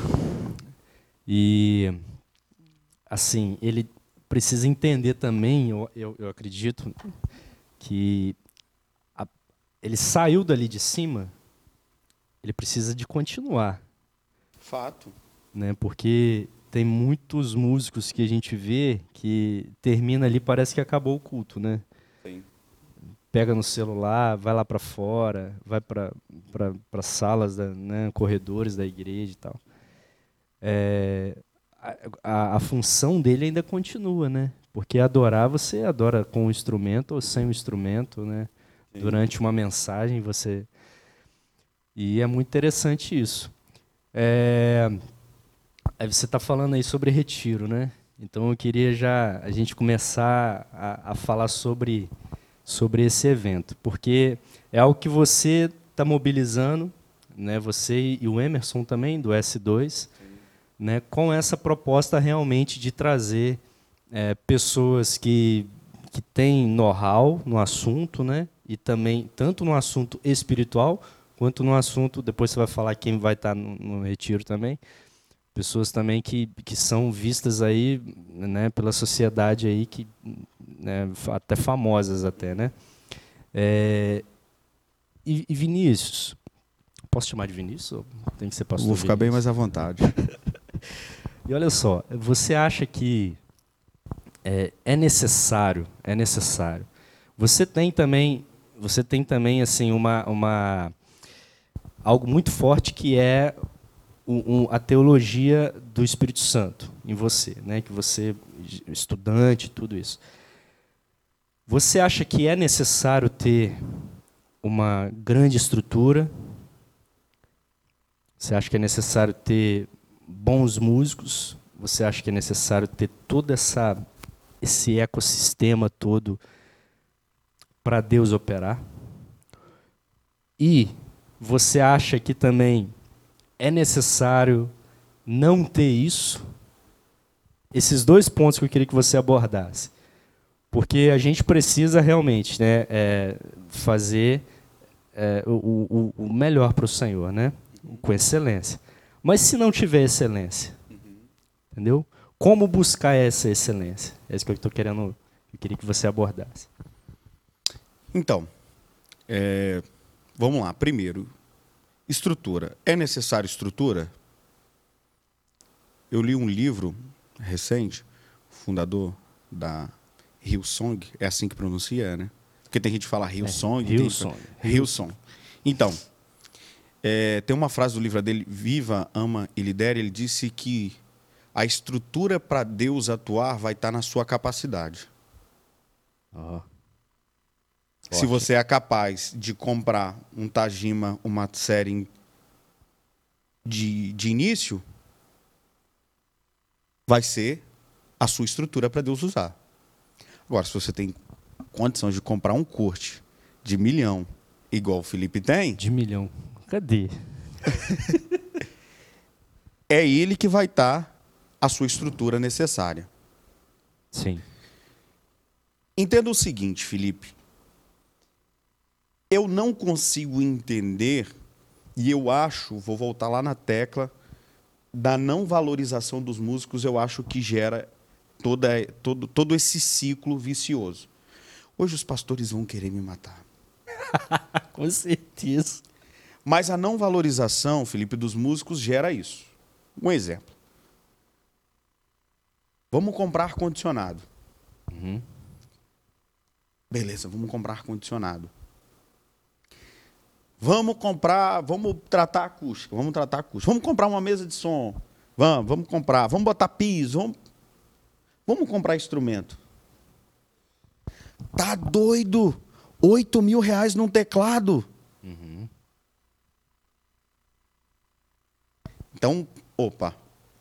E, assim, ele precisa entender também, eu, eu, eu acredito, que a, ele saiu dali de cima, ele precisa de continuar. Fato. Né? Porque tem muitos músicos que a gente vê que termina ali, parece que acabou o culto, né? Sim. Pega no celular, vai lá para fora, vai para para salas, da, né, corredores da igreja e tal. É, a, a, a função dele ainda continua, né? Porque adorar, você adora com o instrumento ou sem o instrumento, né? Sim. Durante uma mensagem, você... E é muito interessante isso. É... Aí você está falando aí sobre retiro, né? Então eu queria já a gente começar a, a falar sobre, sobre esse evento, porque é algo que você está mobilizando, né? Você e o Emerson também, do S dois, né? Com essa proposta realmente de trazer é, pessoas que, que têm know-how no assunto, né? E também, tanto no assunto espiritual, quanto no assunto, depois você vai falar quem vai estar no, no retiro também, Pessoas também que, que são vistas aí, né, pela sociedade aí, que, né, até famosas até, né? É, e, e Vinícius, posso chamar de Vinícius? Ou tem que ser pastor Vou ficar Vinícius? bem mais à vontade. E olha só, você acha que é, é necessário, é necessário. Você tem também, você tem também assim uma, uma algo muito forte que é o, o, a teologia do Espírito Santo em você, né? Que você estudante, tudo isso. Você acha que é necessário ter uma grande estrutura? Você acha que é necessário ter bons músicos? Você acha que é necessário ter todo essa, esse ecossistema todo para Deus operar? E você acha que também é necessário não ter isso? Esses dois pontos que eu queria que você abordasse. Porque a gente precisa realmente, né, é, fazer é, o, o, o melhor para o Senhor, né? Com excelência. Mas se não tiver excelência, uhum. entendeu? Como buscar essa excelência? É isso que eu estou querendo, eu queria que você abordasse. Então, é, vamos lá. Primeiro, estrutura. É necessário estrutura? Eu li um livro recente, fundador da Hillsong, é assim que pronuncia, né? Porque tem gente que fala Hillsong. É, Hillsong. Tem... Hillsong. Então, é, tem uma frase do livro dele, Viva, Ama e Lidere, ele disse que a estrutura para Deus atuar vai estar na sua capacidade. Oh. Se você é capaz de comprar um Tajima, uma série de, de início, vai ser a sua estrutura para Deus usar. Agora, se você tem condição de comprar um corte de milhão, igual o Felipe tem... De milhão. Cadê? É ele que vai estar a sua estrutura necessária. Sim. Entenda o seguinte, Felipe. Eu não consigo entender, e eu acho, vou voltar lá na tecla, da não valorização dos músicos, eu acho que gera toda, todo, todo esse ciclo vicioso. Hoje os pastores vão querer me matar. Com certeza. Mas a não valorização, Felipe, dos músicos gera isso. Um exemplo. Vamos comprar ar-condicionado. Uhum. Beleza, vamos comprar ar-condicionado. Vamos comprar, vamos tratar acústica, vamos tratar acústica. Vamos comprar uma mesa de som. Vamos, vamos comprar, vamos botar piso, vamos, vamos comprar instrumento. Tá doido? Oito mil reais num teclado. Uhum. Então, opa.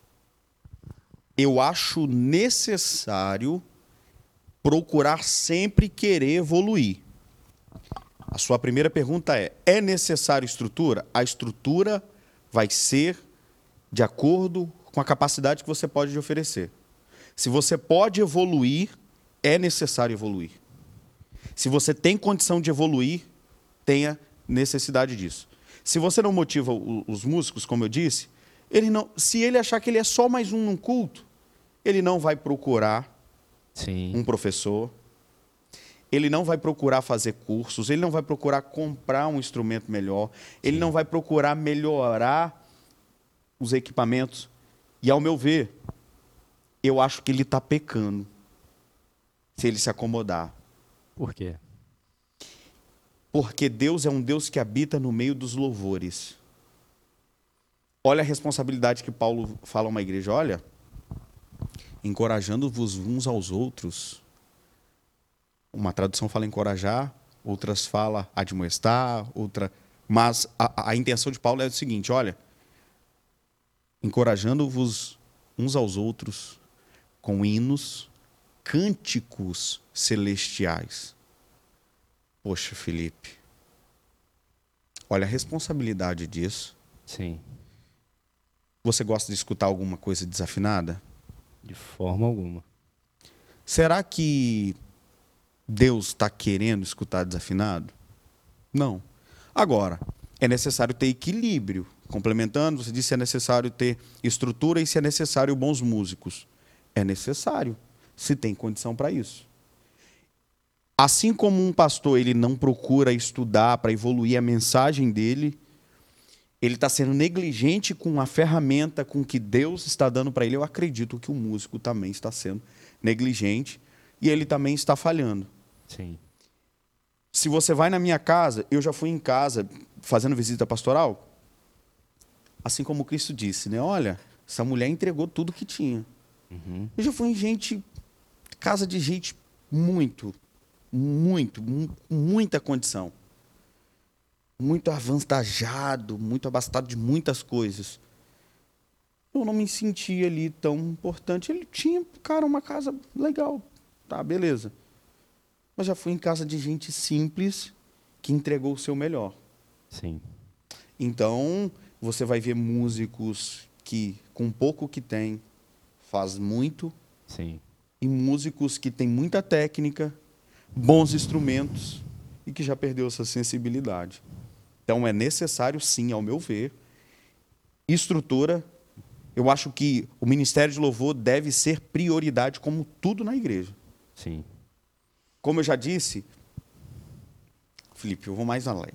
Eu acho necessário procurar sempre querer evoluir. A sua primeira pergunta é, é necessário estrutura? A estrutura vai ser de acordo com a capacidade que você pode oferecer. Se você pode evoluir, é necessário evoluir. Se você tem condição de evoluir, tenha necessidade disso. Se você não motiva os músicos, como eu disse, ele não, se ele achar que ele é só mais um num culto, ele não vai procurar Sim. um professor, ele não vai procurar fazer cursos, ele não vai procurar comprar um instrumento melhor, ele Sim. não vai procurar melhorar os equipamentos. E, ao meu ver, eu acho que ele está pecando se ele se acomodar. Por quê? Porque Deus é um Deus que habita no meio dos louvores. Olha a responsabilidade que Paulo fala a uma igreja. Olha, encorajando-vos uns aos outros. Uma tradução fala encorajar, outras fala admoestar, outra... Mas a, a intenção de Paulo é o seguinte, olha, encorajando-vos uns aos outros com hinos, cânticos celestiais. Poxa, Felipe, olha a responsabilidade disso. Sim. Você gosta de escutar alguma coisa desafinada? De forma alguma. Será que Deus está querendo escutar desafinado? Não. Agora, é necessário ter equilíbrio, complementando, você disse se é necessário ter estrutura e se é necessário bons músicos. É necessário, se tem condição para isso. Assim como um pastor ele não procura estudar para evoluir a mensagem dele, ele está sendo negligente com a ferramenta com que Deus está dando para ele. Eu acredito que o músico também está sendo negligente e ele também está falhando. Sim. Se você vai na minha casa, eu já fui em casa fazendo visita pastoral, assim como Cristo disse, né? Olha, essa mulher entregou tudo que tinha. Uhum. Eu já fui em gente, casa de gente muito, muito, muita condição. Muito avantajado, muito abastado de muitas coisas. Eu não me sentia ali tão importante. Ele tinha, cara, uma casa legal. Tá, beleza. Mas já fui em casa de gente simples que entregou o seu melhor. Sim. Então, você vai ver músicos que, com pouco que tem, faz muito. Sim. E músicos que têm muita técnica, bons instrumentos e que já perdeu essa sensibilidade. Então, é necessário, sim, ao meu ver, estrutura. Eu acho que o Ministério de Louvor deve ser prioridade, como tudo na igreja. Sim. Como eu já disse, Felipe, eu vou mais além.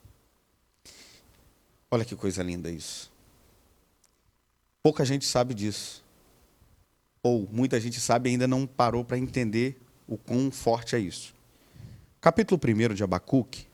Olha que coisa linda isso. Pouca gente sabe disso. Ou muita gente sabe e ainda não parou para entender o quão forte é isso. Capítulo primeiro de Abacuque.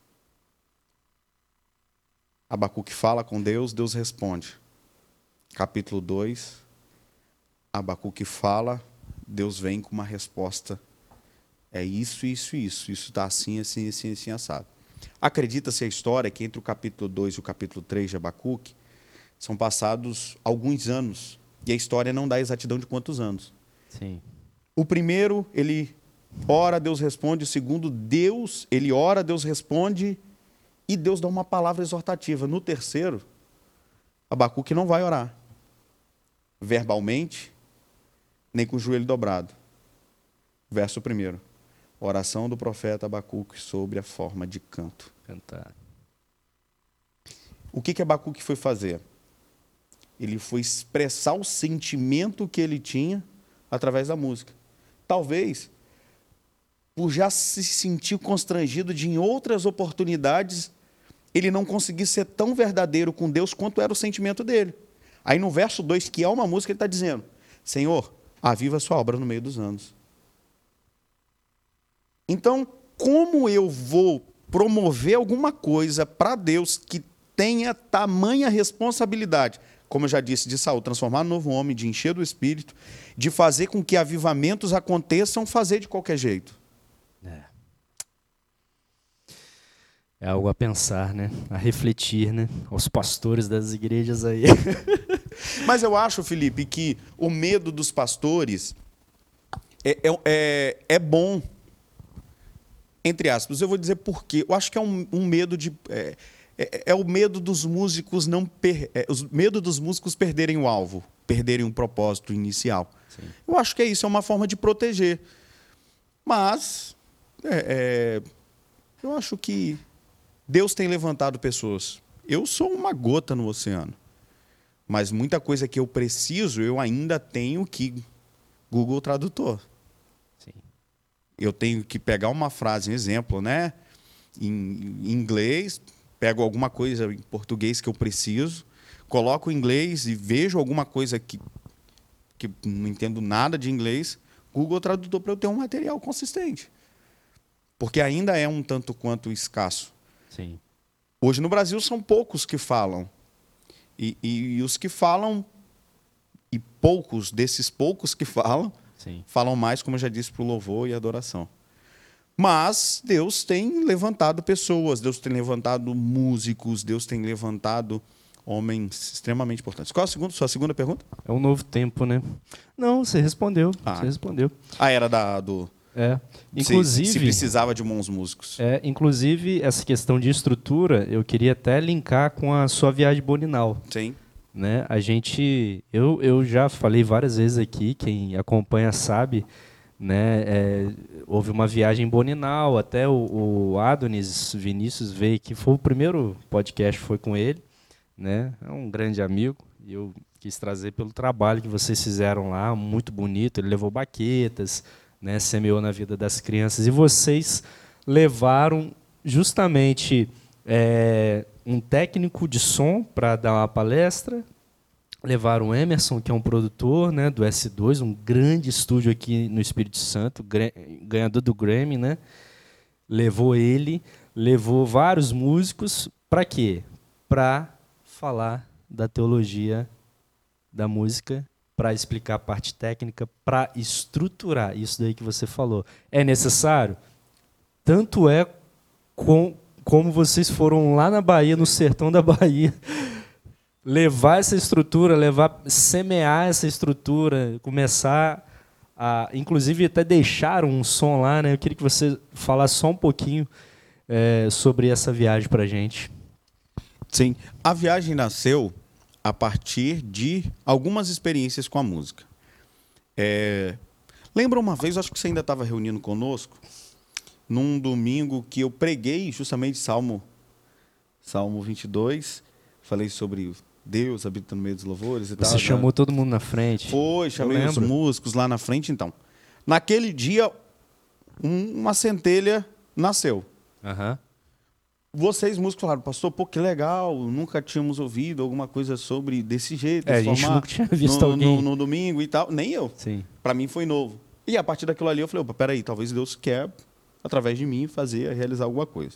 Abacuque fala com Deus, Deus responde. Capítulo dois, Abacuque fala, Deus vem com uma resposta. É isso, isso, isso. Isso está assim, assim, assim, assim, assado. Acredita-se a história que entre o capítulo dois e o capítulo três de Abacuque são passados alguns anos. E a história não dá exatidão de quantos anos. Sim. O primeiro, ele ora, Deus responde. O segundo, Deus, ele ora, Deus responde. E Deus dá uma palavra exortativa. No terceiro, Abacuque não vai orar. Verbalmente, nem com o joelho dobrado. Verso primeiro. Oração do profeta Abacuque sobre a forma de canto. Cantar. O que que Abacuque foi fazer? Ele foi expressar o sentimento que ele tinha através da música. Talvez, por já se sentir constrangido de em outras oportunidades, ele não conseguisse ser tão verdadeiro com Deus quanto era o sentimento dele. Aí no verso dois, que é uma música, ele está dizendo, Senhor, aviva a sua obra no meio dos anos. Então, como eu vou promover alguma coisa para Deus que tenha tamanha responsabilidade, como eu já disse, de Saul, transformar no novo homem, de encher do Espírito, de fazer com que avivamentos aconteçam, fazer de qualquer jeito. É. É algo a pensar, né? A refletir, né? Aos pastores das igrejas aí. Mas eu acho, Felipe, que o medo dos pastores é, é, é, é bom. Entre aspas, eu vou dizer por quê. Eu acho que é um, um medo de... É, é, é o medo dos músicos não... Per, é, o medo dos músicos perderem o alvo, perderem o propósito inicial. Sim. Eu acho que é isso, é uma forma de proteger. Mas, é, é, eu acho que Deus tem levantado pessoas. Eu sou uma gota no oceano. Mas muita coisa que eu preciso, eu ainda tenho que... Google Tradutor. Eu tenho que pegar uma frase, um exemplo, né? Em inglês, pego alguma coisa em português que eu preciso, coloco em inglês e vejo alguma coisa que, que não entendo nada de inglês, Google Tradutor para eu ter um material consistente. Porque ainda é um tanto quanto escasso. Sim. Hoje no Brasil são poucos que falam. E, e, e os que falam, e poucos desses poucos que falam, Sim. falam mais, como eu já disse, para o louvor e adoração. Mas Deus tem levantado pessoas, Deus tem levantado músicos, Deus tem levantado homens extremamente importantes. Qual a segunda, sua segunda pergunta? É um novo tempo, né? Não, você respondeu. Ah, você respondeu. Ah, era da, do... É. Inclusive, se, se precisava de bons músicos. É, inclusive, essa questão de estrutura, eu queria até linkar com a sua viagem boninal. Sim. Né? A gente, eu, eu já falei várias vezes aqui, quem acompanha sabe, né? É, houve uma viagem boninal, até o, o Adonis Vinícius veio aqui, foi o primeiro podcast, foi com ele, né? É um grande amigo. E eu quis trazer pelo trabalho que vocês fizeram lá, muito bonito. Ele levou baquetas, né? Semeou na vida das crianças. E vocês levaram justamente é, um técnico de som para dar uma palestra. Levaram o Emerson, que é um produtor, né, do S dois, um grande estúdio aqui no Espírito Santo, ganhador do Grammy, né? Levou ele, levou vários músicos. Para quê? Para falar da teologia da música, para explicar a parte técnica, para estruturar isso daí que você falou. É necessário? Tanto é com, como vocês foram lá na Bahia, no sertão da Bahia, levar essa estrutura, levar, semear essa estrutura, começar a, inclusive até deixar um som lá, né? Eu queria que você falasse só um pouquinho é, sobre essa viagem para a gente. Sim, a viagem nasceu a partir de algumas experiências com a música. É, lembra uma vez, acho que você ainda estava reunindo conosco, num domingo que eu preguei justamente Salmo, Salmo vinte e dois, falei sobre Deus habita no meio dos louvores e Você tal. Você chamou todo mundo na frente. Foi, chamei os músicos lá na frente, então. Naquele dia, um, uma centelha nasceu. Uhum. Vocês, músicos, falaram, pastor, pô, que legal, nunca tínhamos ouvido alguma coisa sobre desse jeito, é, desse a gente formato, nunca tinha visto no, alguém. No, no domingo e tal, nem eu. Sim. Para mim foi novo. E a partir daquilo ali eu falei, opa, peraí, talvez Deus quer, através de mim, fazer, realizar alguma coisa.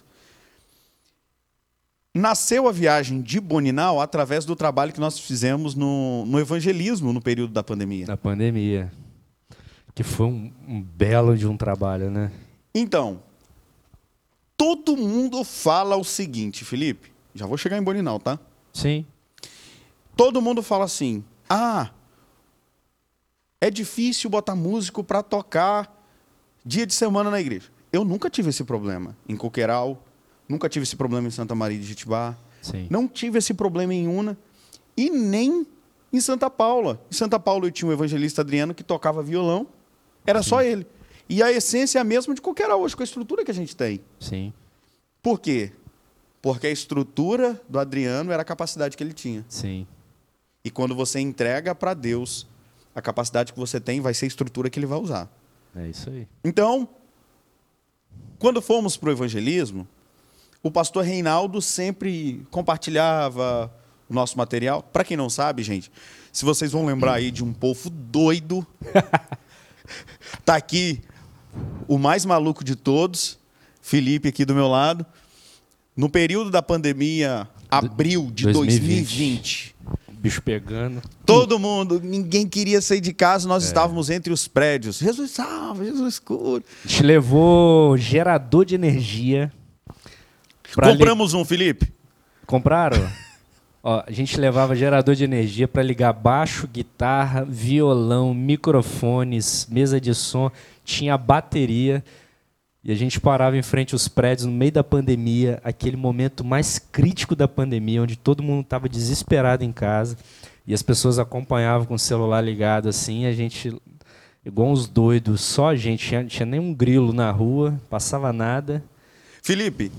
Nasceu a viagem de Boninal através do trabalho que nós fizemos no, no evangelismo no período da pandemia. Da pandemia. Que foi um, um belo de um trabalho, né? Então, todo mundo fala o seguinte, Felipe, já vou chegar em Boninal, tá? Sim. Todo mundo fala assim, ah, é difícil botar músico para tocar dia de semana na igreja. Eu nunca tive esse problema em Coqueiral, nunca tive esse problema em Santa Maria de Jetibá, Sim. Não tive esse problema em Una e nem em Santa Paula. Em Santa Paula eu tinha um evangelista Adriano que tocava violão, era Sim. só ele. E a essência é a mesma de Coqueiral hoje, com a estrutura que a gente tem. Sim. Por quê? Porque a estrutura do Adriano era a capacidade que ele tinha. Sim. E quando você entrega para Deus a capacidade que você tem, vai ser a estrutura que ele vai usar. É isso aí. Então, quando fomos para o evangelismo, o pastor Reinaldo sempre compartilhava o nosso material. Para quem não sabe, gente, se vocês vão lembrar aí de um povo doido, tá aqui o mais maluco de todos, Felipe aqui do meu lado. No período da pandemia, abril de dois mil e vinte, bicho pegando. Todo mundo, ninguém queria sair de casa, nós é. estávamos entre os prédios. Jesus salva, Jesus cura. A gente levou gerador de energia. Compramos li... um, Felipe. Compraram? Ó, a gente levava gerador de energia para ligar baixo, guitarra, violão, microfones, mesa de som, tinha bateria. E a gente parava em frente aos prédios no meio da pandemia, aquele momento mais crítico da pandemia, onde todo mundo estava desesperado em casa. E as pessoas acompanhavam com o celular ligado assim, a gente, igual uns doidos, só a gente, tinha, tinha nem um grilo na rua, passava nada. Felipe,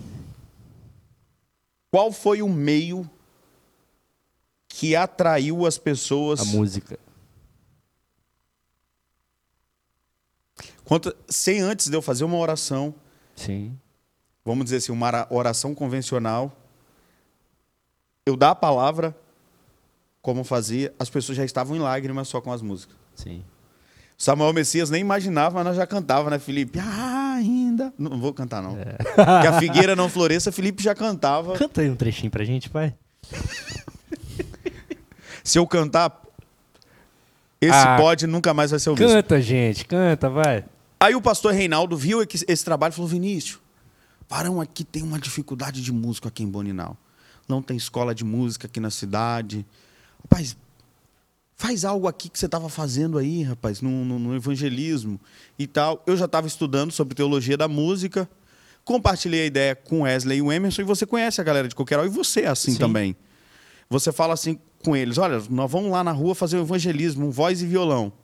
qual foi o meio que atraiu as pessoas? A música. Quanto, sem antes de eu fazer uma oração, Sim. vamos dizer assim, uma oração convencional, eu dar a palavra, como fazia, as pessoas já estavam em lágrimas só com as músicas. Sim. Samuel Messias nem imaginava, mas nós já cantava, né, Felipe? Ah, ainda. Não vou cantar, não. É. Que a figueira não floresça, Felipe já cantava. Canta aí um trechinho pra gente, pai. Se eu cantar, esse ah, pode nunca mais vai ser ouvido. Canta, gente, canta, vai. Aí o pastor Reinaldo viu esse trabalho e falou, Vinícius, Varão aqui tem uma dificuldade de músico aqui em Boninal. Não tem escola de música aqui na cidade. Rapaz, faz algo aqui que você estava fazendo aí, rapaz, no, no, no evangelismo e tal. Eu já estava estudando sobre teologia da música, compartilhei a ideia com o Wesley e o Emerson, e você conhece a galera de Coqueiral, e você é assim Sim. também. Você fala assim com eles, olha, nós vamos lá na rua fazer o evangelismo, um voz e violão.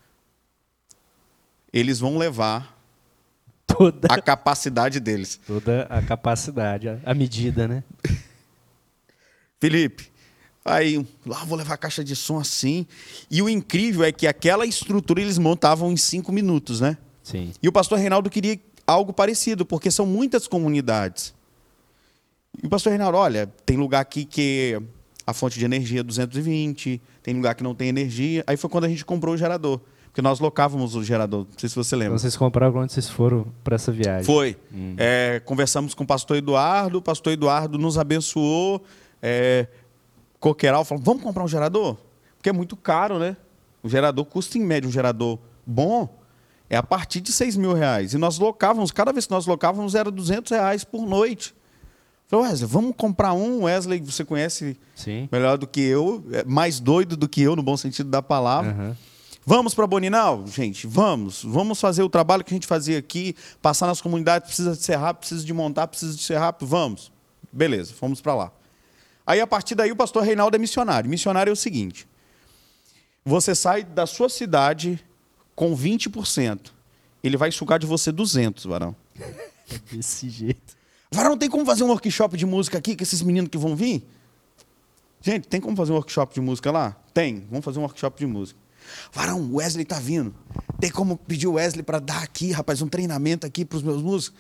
Eles vão levar toda a capacidade deles. Toda a capacidade, a medida, né? Felipe, Aí, lá vou levar a caixa de som assim. E o incrível é que aquela estrutura eles montavam em cinco minutos, né? Sim. E o pastor Reinaldo queria algo parecido, porque são muitas comunidades. E o pastor Reinaldo, olha, tem lugar aqui que a fonte de energia é duzentos e vinte, tem lugar que não tem energia. Aí foi quando a gente comprou o gerador. Porque nós locávamos o gerador, não sei se você lembra. Então vocês compraram quando vocês foram para essa viagem? Foi. Hum. É, conversamos com o pastor Eduardo, o pastor Eduardo nos abençoou. É, Coqueiral falou, vamos comprar um gerador? Porque é muito caro, né? O gerador custa, em média, um gerador bom é a partir de seis mil reais. E nós locávamos, cada vez que nós locávamos, era duzentos reais por noite. Falei, Wesley, vamos comprar um. Wesley, você conhece Sim. melhor do que eu, mais doido do que eu, no bom sentido da palavra. Uhum. Vamos para Boninal? Gente, vamos. Vamos fazer o trabalho que a gente fazia aqui, passar nas comunidades, precisa de ser rápido, precisa de montar, precisa de ser rápido, vamos. Beleza, fomos para lá. Aí, a partir daí, o pastor Reinaldo é missionário. Missionário é o seguinte, você sai da sua cidade com vinte por cento. Ele vai sugar de você duzentos, varão. É desse jeito. Varão, tem como fazer um workshop de música aqui com esses meninos que vão vir? Gente, tem como fazer um workshop de música lá? Tem, vamos fazer um workshop de música. Varão, o Wesley tá vindo. Tem como pedir o Wesley para dar aqui, rapaz, um treinamento aqui para os meus músicos?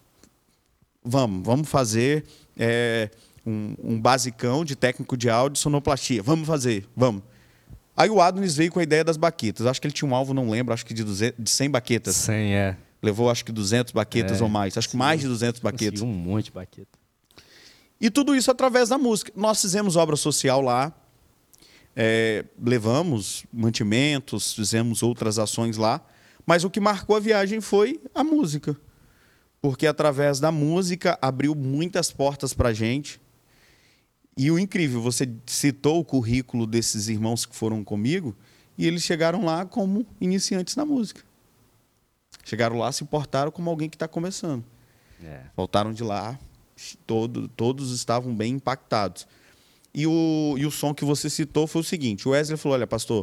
Vamos, vamos fazer é, um, um basicão de técnico de áudio e sonoplastia. Vamos fazer, vamos. Aí o Adonis veio com a ideia das baquetas. Acho que ele tinha um alvo, não lembro, acho que de, duzentos, de cem baquetas. cem, é. Levou, acho que duzentas baquetas é, ou mais. Acho que mais de duzentas baquetas. Um monte de baqueta. E tudo isso através da música. Nós fizemos obra social lá. É, levamos mantimentos, fizemos outras ações lá, mas o que marcou a viagem foi a música, porque através da música abriu muitas portas para a gente. E o incrível, você citou o currículo desses irmãos que foram comigo, e eles chegaram lá como iniciantes na música. Chegaram lá, se portaram como alguém que está começando. É. Voltaram de lá, todo, todos estavam bem impactados. E o, e o som que você citou foi o seguinte, o Wesley falou, olha, pastor,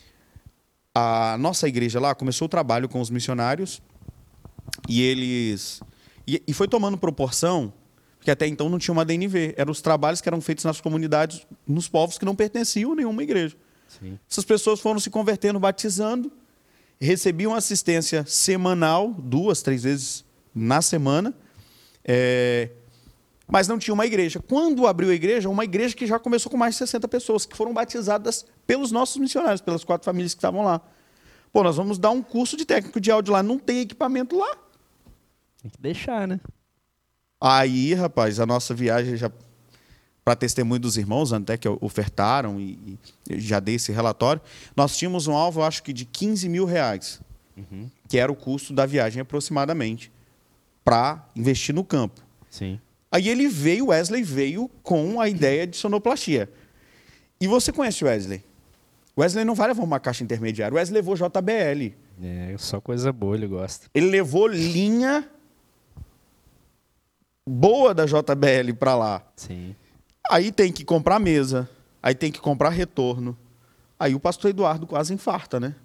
a nossa igreja lá começou o trabalho com os missionários e eles... E, e foi tomando proporção, porque até então não tinha uma D N V, eram os trabalhos que eram feitos nas comunidades, nos povos que não pertenciam a nenhuma igreja. Sim. Essas pessoas foram se convertendo, batizando, recebiam assistência semanal, duas, três vezes na semana, é... mas não tinha uma igreja. Quando abriu a igreja, uma igreja que já começou com mais de sessenta pessoas, que foram batizadas pelos nossos missionários, pelas quatro famílias que estavam lá. Pô, nós vamos dar um curso de técnico de áudio lá, não tem equipamento lá. Tem que deixar, né? Aí, rapaz, a nossa viagem já para testemunho dos irmãos, até que ofertaram, e, e já dei esse relatório, nós tínhamos um alvo, acho que de quinze mil reais, uhum. que era o custo da viagem aproximadamente, para investir no campo. Sim. Aí ele veio, Wesley veio com a ideia de sonoplastia. E você conhece o Wesley? O Wesley não vai levar uma caixa intermediária, o Wesley levou J B L. É, só coisa boa ele gosta. Ele levou linha boa da J B L para lá. Sim. Aí tem que comprar mesa, aí tem que comprar retorno. Aí o pastor Eduardo quase infarta, né?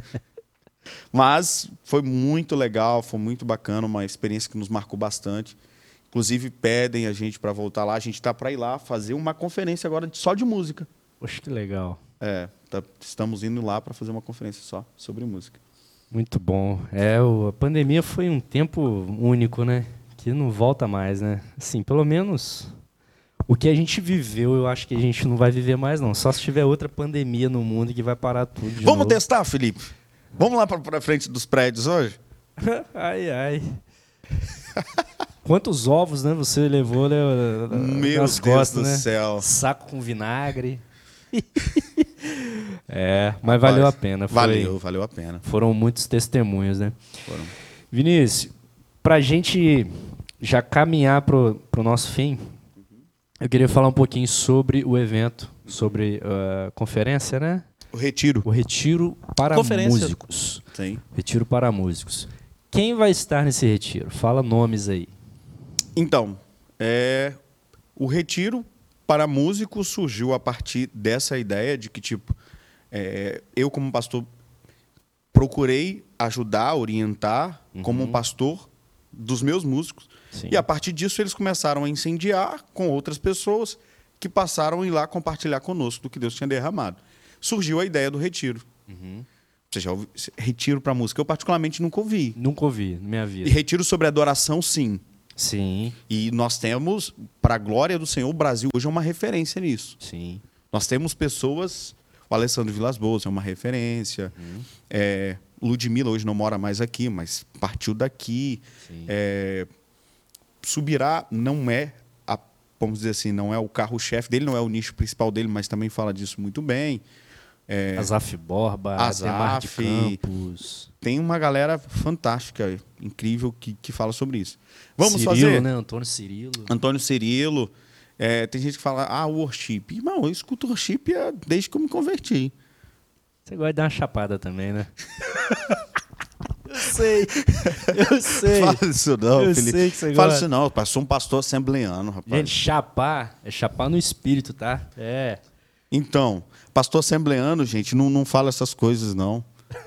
Mas foi muito legal, foi muito bacana, uma experiência que nos marcou bastante. Inclusive, pedem a gente para voltar lá. A gente está para ir lá fazer uma conferência agora só de música. Poxa, que legal. É, tá, estamos indo lá para fazer uma conferência só sobre música. Muito bom. É, o, a pandemia foi um tempo único, né? Que não volta mais, né? Assim, pelo menos o que a gente viveu, eu acho que a gente não vai viver mais, não. Só se tiver outra pandemia no mundo que vai parar tudo de Vamos novo. testar, Felipe? Vamos lá para frente dos prédios hoje? Ai, ai. Quantos ovos, né, você levou, né, Meu nas Deus costas, do né? céu. Saco com vinagre. É, mas Rapaz, valeu a pena. Foi, valeu, valeu a pena. Foram muitos testemunhos, né? Foram. Vinícius, pra gente já caminhar pro, pro nosso fim, eu queria falar um pouquinho sobre o evento, sobre a uh, conferência, né? O retiro. O retiro para músicos. Sim. Retiro para músicos. Quem vai estar nesse retiro? Fala nomes aí. Então, é, o retiro para músicos surgiu a partir dessa ideia de que, tipo, é, eu como pastor procurei ajudar, orientar, uhum. como um pastor dos meus músicos. Sim. E a partir disso eles começaram a incendiar com outras pessoas que passaram a ir lá compartilhar conosco do que Deus tinha derramado. Surgiu a ideia do retiro. Uhum. Você já ouviu? Retiro para música? Eu particularmente nunca ouvi. Nunca ouvi na minha vida. E retiro sobre adoração, sim. Sim. E nós temos, para a glória do Senhor, o Brasil hoje é uma referência nisso. Sim. Nós temos pessoas... O Alessandro Vilas Boas é uma referência. Uhum. É, Ludmilla hoje não mora mais aqui, mas partiu daqui. É, Subirá não é, a, vamos dizer assim, não é o carro-chefe dele, não é o nicho principal dele, mas também fala disso muito bem. É, Azaf Borba, Ademar de Campos. Tem uma galera fantástica, incrível, que, que fala sobre isso. Vamos Cirilo, fazer? né? Antônio Cirilo. Antônio Cirilo. É, tem gente que fala, ah, worship. Irmão, eu escuto worship desde que eu me converti. Você gosta de dar uma chapada também, né? Eu sei, eu sei. Fala isso não, eu Felipe. Sei que você Fala gosta. isso não, eu sou um pastor assembleano, rapaz. Gente, chapar é chapar no espírito, tá? É. Então, pastor assembleano, gente, não, não fala essas coisas, não.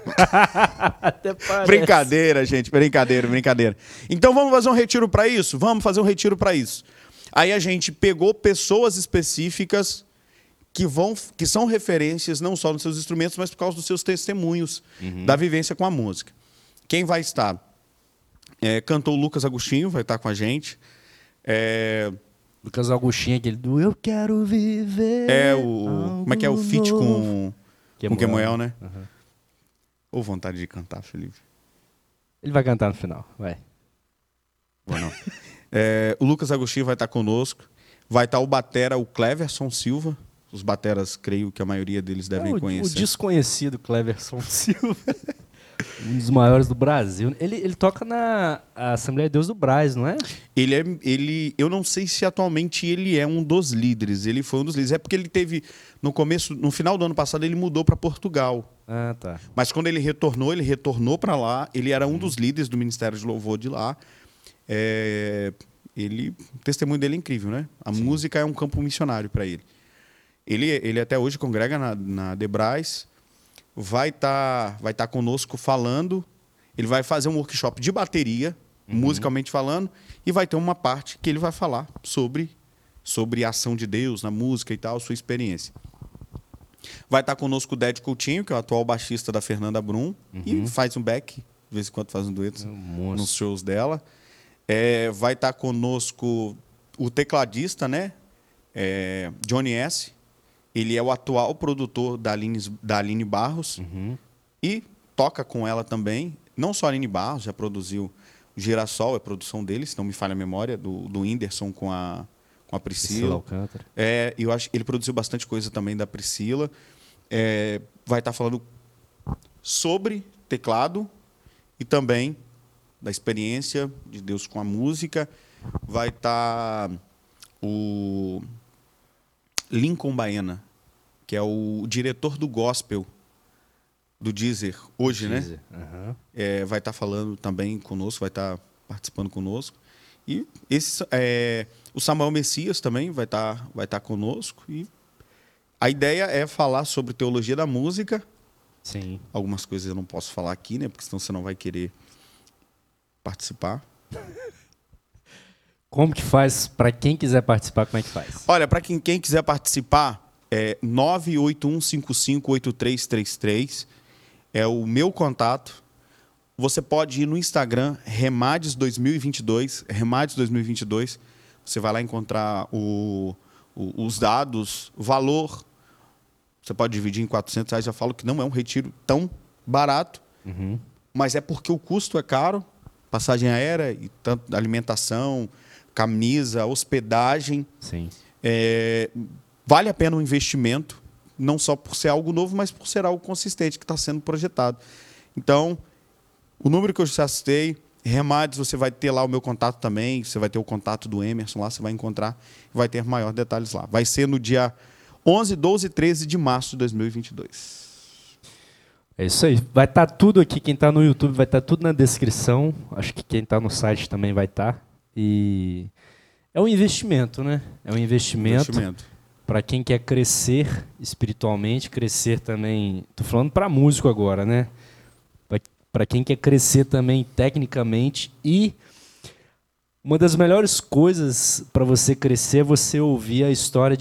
Até parece. Brincadeira, gente, brincadeira, brincadeira. Então vamos fazer um retiro para isso? Vamos fazer um retiro para isso. Aí a gente pegou pessoas específicas que, vão, que são referências não só nos seus instrumentos, mas por causa dos seus testemunhos uhum. da vivência com a música. Quem vai estar? É, cantor Lucas Agostinho vai estar com a gente. É... Lucas Agostinho, aquele do Eu Quero Viver. É o. Como é que é o feat com o Kemuel, né? Uhum. Ou vontade de cantar, Felipe? Ele vai cantar no final, vai. Bom, não. É, o Lucas Agostinho vai estar conosco. Vai estar o batera, o Cleverson Silva. Os bateras, creio que a maioria deles devem é o, conhecer. O desconhecido Cleverson Silva. Um dos maiores do Brasil. Ele, ele toca na Assembleia de Deus do Brás, não é? Ele é. Ele, eu não sei se atualmente ele é um dos líderes. Ele foi um dos líderes. É porque ele teve. No começo, no final do ano passado, ele mudou para Portugal. Ah, tá. Mas quando ele retornou, ele retornou para lá. Ele era um dos líderes do Ministério de Louvor de lá. É, ele, o testemunho dele é incrível, né? A Sim. música é um campo missionário para ele. ele. Ele até hoje congrega na, na The Brás. Vai estar vai tá conosco falando. Ele vai fazer um workshop de bateria, uhum. musicalmente falando, e vai ter uma parte que ele vai falar sobre, sobre a ação de Deus na música e tal, sua experiência. Vai estar conosco o Ded Coutinho, que é o atual baixista da Fernanda Brum, uhum. e faz um back, de vez em quando faz um dueto é um nos shows dela. É, vai estar conosco o tecladista, né? É, Johnny S., ele é o atual produtor da Aline, da Aline Barros uhum. e toca com ela também. Não só a Aline Barros, já produziu o Girassol, é produção dele, se não me falha a memória, do, do Whindersson com a, com a Priscila. Priscila Alcântara. É, eu acho, ele produziu bastante coisa também da Priscila. É, vai estar falando sobre teclado e também da experiência de Deus com a música. Vai estar o... Lincoln Baena, que é o diretor do gospel do Deezer hoje, Deezer. né? Uhum. É, vai estar tá falando também conosco, vai estar tá participando conosco. E esse, é, o Samuel Messias também vai estar tá, vai tá conosco. E a ideia é falar sobre teologia da música. Sim. Algumas coisas eu não posso falar aqui, né? Porque senão você não vai querer participar. Como que faz? Para quem quiser participar, como é que faz? Olha, para quem, quem quiser participar, é nove oito um cinco cinco oito três três três. É o meu contato. Você pode ir no Instagram, Remades dois mil e vinte e dois. Remades dois mil e vinte e dois. Você vai lá encontrar o, o, os dados, o valor. Você pode dividir em quatrocentos reais. Já falo que não é um retiro tão barato, uhum. mas é porque o custo é caro. Passagem aérea, e tanto alimentação, camisa, hospedagem. Sim. É, vale a pena o investimento, não só por ser algo novo, mas por ser algo consistente que está sendo projetado. Então, o número que eu já citei, Remades, você vai ter lá o meu contato também, você vai ter o contato do Emerson lá, você vai encontrar, vai ter maiores detalhes lá. Vai ser no dia onze, doze e treze de março de dois mil e vinte e dois. É isso aí. Vai estar tá tudo aqui, quem está no YouTube vai estar tá tudo na descrição. Acho que quem está no site também vai estar. Tá. E é um investimento, né? É um investimento, investimento. Para quem quer crescer espiritualmente, crescer também. Estou falando para músico agora, né? Para quem quer crescer também tecnicamente. E uma das melhores coisas para você crescer é você ouvir a história de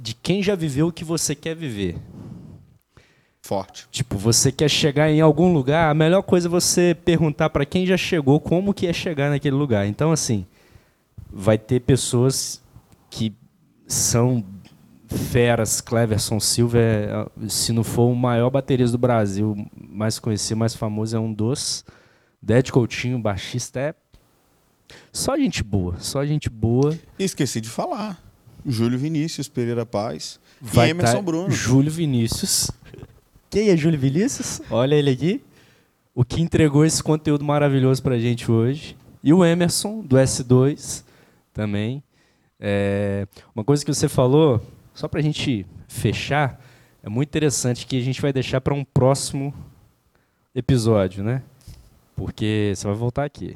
de quem já viveu o que você quer viver. Forte. Tipo, você quer chegar em algum lugar, a melhor coisa é você perguntar para quem já chegou como que é chegar naquele lugar. Então, assim, vai ter pessoas que são feras. Cleverson Silva, é, se não for o maior baterista do Brasil, mais conhecido, mais famoso, é um dos. Ded Coutinho, baixista, é só gente boa, só gente boa. E esqueci de falar. Júlio Vinícius Pereira Paz Vai e Emerson tá Bruno. Júlio Vinícius. Quem é Júlio Vinícius? Olha ele aqui. O que entregou esse conteúdo maravilhoso pra gente hoje. E o Emerson, do S dois, também. É, uma coisa que você falou, só pra gente fechar, é muito interessante que a gente vai deixar para um próximo episódio, né? Porque você vai voltar aqui.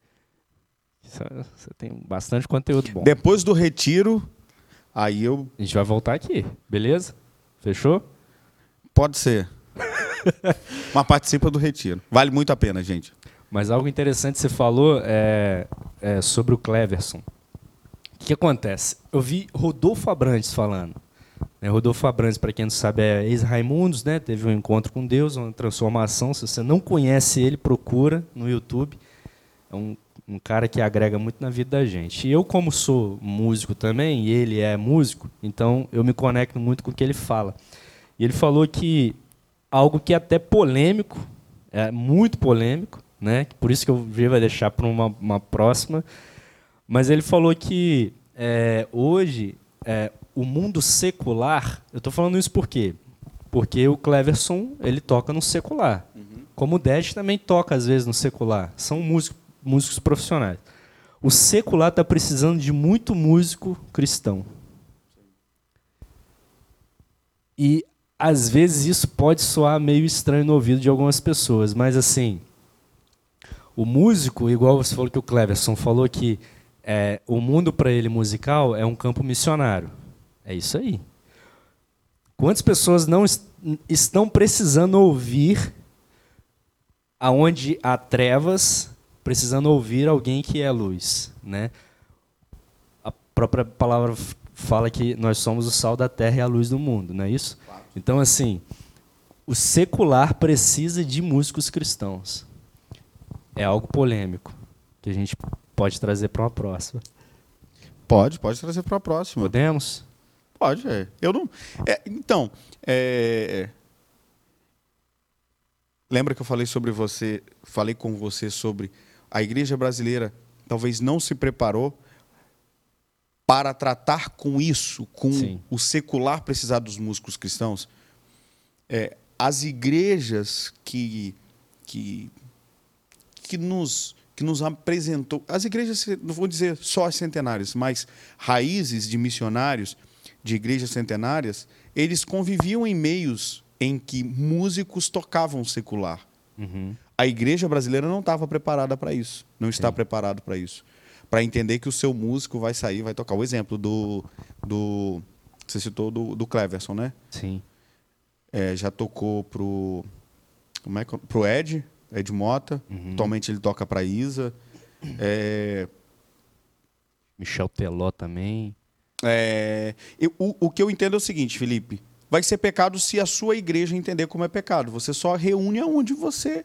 Você tem bastante conteúdo bom. Depois do retiro, aí eu... A gente vai voltar aqui, beleza? Fechou? Pode ser. Mas participa do retiro. Vale muito a pena, gente. Mas algo interessante que você falou é, é sobre o Cleverson. O que acontece? Eu vi Rodolfo Abrantes falando. Né? Rodolfo Abrantes, para quem não sabe, é ex-Raimundos, né? Teve um encontro com Deus, uma transformação. Se você não conhece ele, procura no YouTube. É um, um cara que agrega muito na vida da gente. E eu, como sou músico também, e ele é músico, então eu me conecto muito com o que ele fala. E ele falou que algo que é até polêmico, é muito polêmico, né? Por isso que eu vai deixar para uma, uma próxima. Mas ele falou que é, hoje é, o mundo secular... Eu estou falando isso por quê? Porque o Cleverson ele toca no secular. Uhum. Como o Ded também toca, às vezes, no secular. São músicos, músicos profissionais. O secular está precisando de muito músico cristão. E às vezes isso pode soar meio estranho no ouvido de algumas pessoas, mas assim, o músico, igual você falou que o Cleverson falou que é, o mundo para ele musical é um campo missionário. É isso aí. Quantas pessoas não est estão precisando ouvir aonde há trevas, precisando ouvir alguém que é luz, né? A própria palavra fala que nós somos o sal da terra e a luz do mundo, não é isso? Então, assim, o secular precisa de músicos cristãos. É algo polêmico, que a gente pode trazer para uma próxima. Pode, pode trazer para a próxima. Podemos? Pode, é. Eu não... É, então, é... lembra que eu falei sobre você, falei com você sobre a igreja brasileira talvez não se preparou para tratar com isso, com Sim. o secular precisar dos músicos cristãos? É, as igrejas que, que, que, nos, que nos apresentou, as igrejas, não vou dizer só as centenárias, mas raízes de missionários, de igrejas centenárias, eles conviviam em meios em que músicos tocavam secular. Uhum. A igreja brasileira não estava preparada para isso, não está Sim. preparado para isso. Para entender que o seu músico vai sair, vai tocar. O exemplo do... do você citou do, do Cleverson, né? Sim. É, já tocou pro... Como é que... Pro Ed, Ed Mota. Uhum. Atualmente ele toca para Isa. É... Michel Teló também. É... Eu, o, o que eu entendo é o seguinte, Felipe. Vai ser pecado se a sua igreja entender como é pecado. Você só reúne aonde você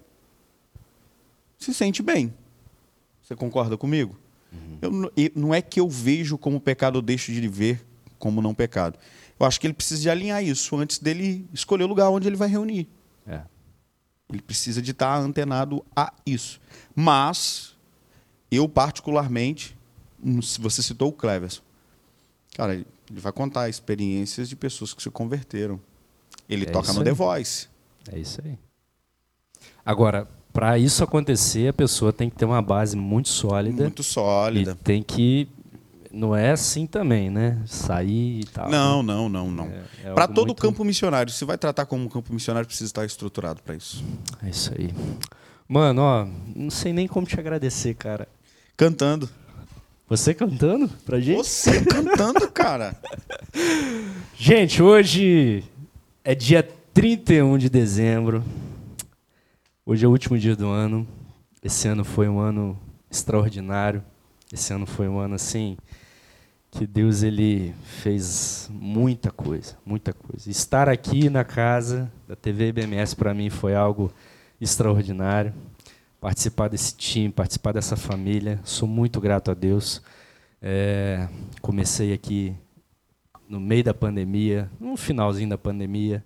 se sente bem. Você concorda comigo? Uhum. Eu, não é que eu vejo como pecado, eu deixo de ver como não pecado. Eu acho que ele precisa de alinhar isso antes dele escolher o lugar onde ele vai reunir. É. Ele precisa de estar antenado a isso. Mas, eu particularmente, se você citou o Cleverson, cara, ele vai contar experiências de pessoas que se converteram. Ele é toca no aí. The Voice. É isso aí. Agora... Para isso acontecer, a pessoa tem que ter uma base muito sólida. Muito sólida. E tem que... Não é assim também, né? Sair e tal. Não, não, não, não. É, é para todo muito... campo missionário, se vai tratar como um campo missionário, precisa estar estruturado para isso. É isso aí. Mano, ó, não sei nem como te agradecer, cara. Cantando. Você cantando pra gente? Você cantando, cara. Gente, hoje é dia trinta e um de dezembro. Hoje é o último dia do ano. Esse ano foi um ano extraordinário. Esse ano foi um ano, assim, que Deus ele fez muita coisa, muita coisa. Estar aqui na casa da T V I B M S para mim foi algo extraordinário. Participar desse time, participar dessa família, sou muito grato a Deus. É, comecei aqui no meio da pandemia, no finalzinho da pandemia,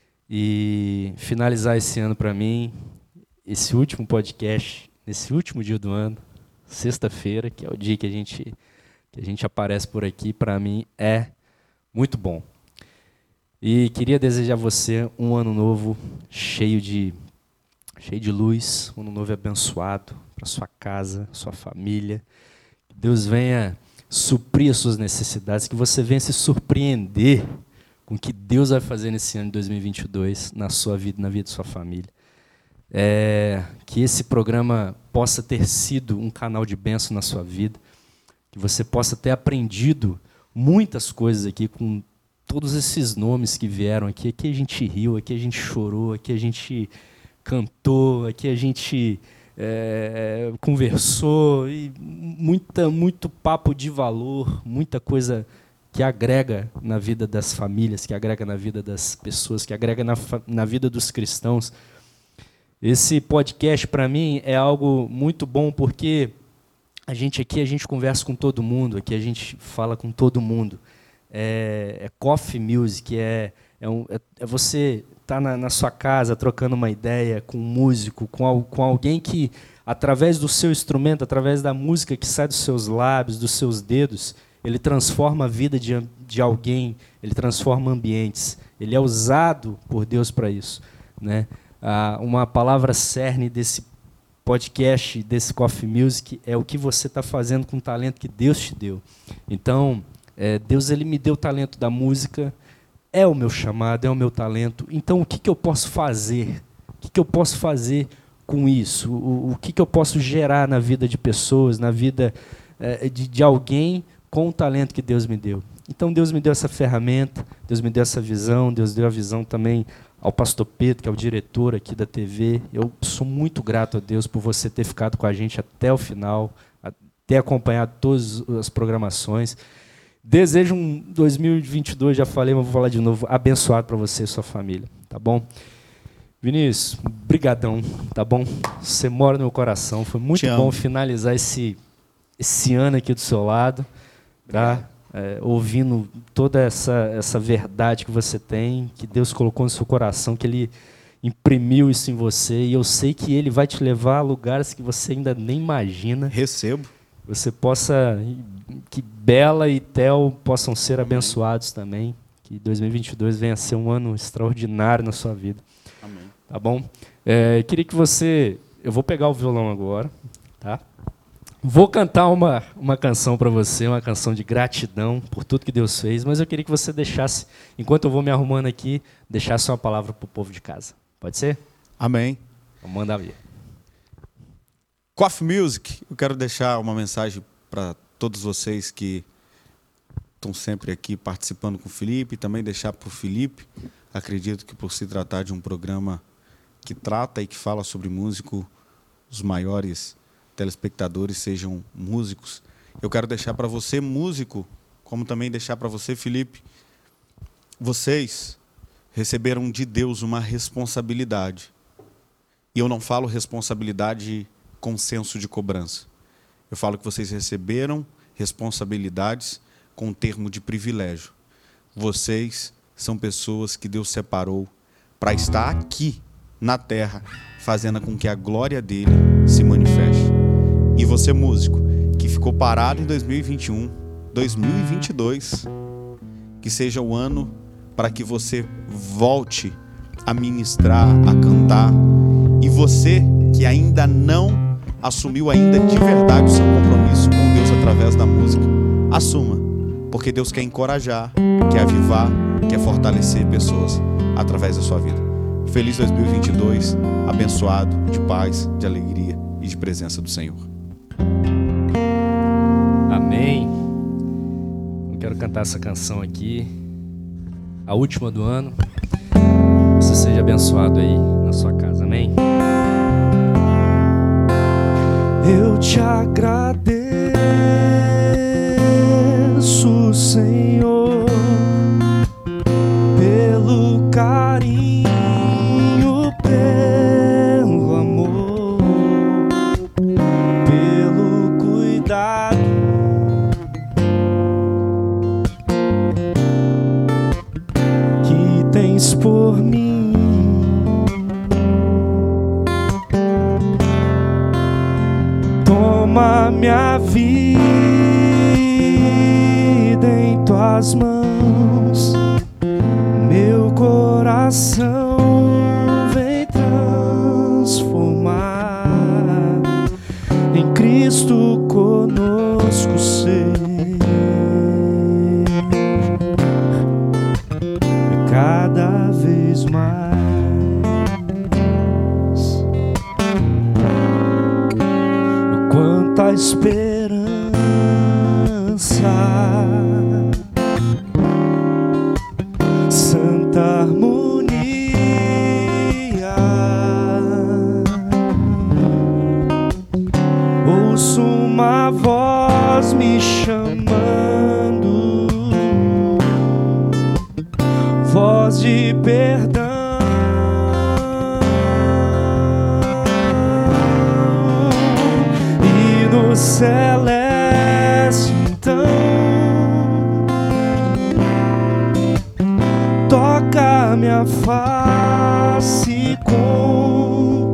e finalizar esse ano para mim, esse último podcast, nesse último dia do ano, sexta-feira, que é o dia que a gente que a gente aparece por aqui, para mim é muito bom. E queria desejar a você um ano novo cheio de, cheio de luz, um ano novo abençoado para sua casa, sua família. Que Deus venha suprir as suas necessidades, que você venha se surpreender com o que Deus vai fazer nesse ano de dois mil e vinte e dois na sua vida, na vida de sua família. É, que esse programa possa ter sido um canal de bênção na sua vida, que você possa ter aprendido muitas coisas aqui com todos esses nomes que vieram aqui. Aqui a gente riu, aqui a gente chorou, aqui a gente cantou, aqui a gente é, conversou, e muita, muito papo de valor, muita coisa que agrega na vida das famílias, que agrega na vida das pessoas, que agrega na, na vida dos cristãos. Esse podcast, para mim, é algo muito bom, porque a gente aqui, a gente conversa com todo mundo, aqui a gente fala com todo mundo. É, é coffee music, é, é, um, é, é você estar tá na, na sua casa trocando uma ideia com um músico, com, al, com alguém que, através do seu instrumento, através da música que sai dos seus lábios, dos seus dedos, ele transforma a vida de, de alguém, ele transforma ambientes. Ele é usado por Deus para isso, né? Ah, uma palavra cerne desse podcast, desse Coffee Music, é o que você está fazendo com o talento que Deus te deu. Então, é, Deus ele me deu o talento da música, é o meu chamado, é o meu talento. Então, o que, que eu posso fazer? O que, que eu posso fazer com isso? O, o que, que eu posso gerar na vida de pessoas, na vida é, de, de alguém com o talento que Deus me deu? Então, Deus me deu essa ferramenta, Deus me deu essa visão, Deus deu a visão também ao pastor Pedro, que é o diretor aqui da T V. Eu sou muito grato a Deus por você ter ficado com a gente até o final, ter acompanhado todas as programações. Desejo um dois mil e vinte e dois, já falei, mas vou falar de novo, abençoado para você e sua família, tá bom? Vinícius, brigadão, tá bom? Você mora no meu coração, foi muito bom finalizar esse, esse ano aqui do seu lado, tá? É, ouvindo toda essa, essa verdade que você tem, que Deus colocou no seu coração, que Ele imprimiu isso em você, e eu sei que Ele vai te levar a lugares que você ainda nem imagina. Recebo. Você possa, que Bela e Theo possam ser Amém. Abençoados também, que dois mil e vinte e dois venha a ser um ano extraordinário na sua vida. Amém. Tá bom? É, queria que você, eu vou pegar o violão agora, tá? Vou cantar uma, uma canção para você, uma canção de gratidão por tudo que Deus fez, mas eu queria que você deixasse, enquanto eu vou me arrumando aqui, deixasse uma palavra para o povo de casa. Pode ser? Amém. Vamos mandar ver. Coffee Music, eu quero deixar uma mensagem para todos vocês que estão sempre aqui participando com o Felipe, e também deixar para o Felipe. Acredito que, por se tratar de um programa que trata e que fala sobre músico, os maiores telespectadores sejam músicos. Eu quero deixar para você, músico, como também deixar para você, Felipe, vocês receberam de Deus uma responsabilidade. E eu não falo responsabilidade com senso de cobrança. Eu falo que vocês receberam responsabilidades com termo de privilégio. Vocês são pessoas que Deus separou para estar aqui na terra, fazendo com que a glória dele se manifeste. E você, músico, que ficou parado em dois mil e vinte e um, dois mil e vinte e dois, que seja o ano para que você volte a ministrar, a cantar. E você que ainda não assumiu ainda de verdade o seu compromisso com Deus através da música, assuma, porque Deus quer encorajar, quer avivar, quer fortalecer pessoas através da sua vida. Feliz dois mil e vinte e dois, abençoado, de paz, de alegria e de presença do Senhor. Amém. Eu quero cantar essa canção aqui, a última do ano. Você seja abençoado aí na sua casa, amém? Eu te agradeço Senhor, pelo carinho, pelo amor, pelo cuidado que tens por mim. Toma minha vida em tuas mãos, meu coração vem transformar em Cristo conosco ser, cada vez mais. Quanta esperança santa harmonia, ouço uma voz me chamando, voz de perdão, e no celeste então toca minha face com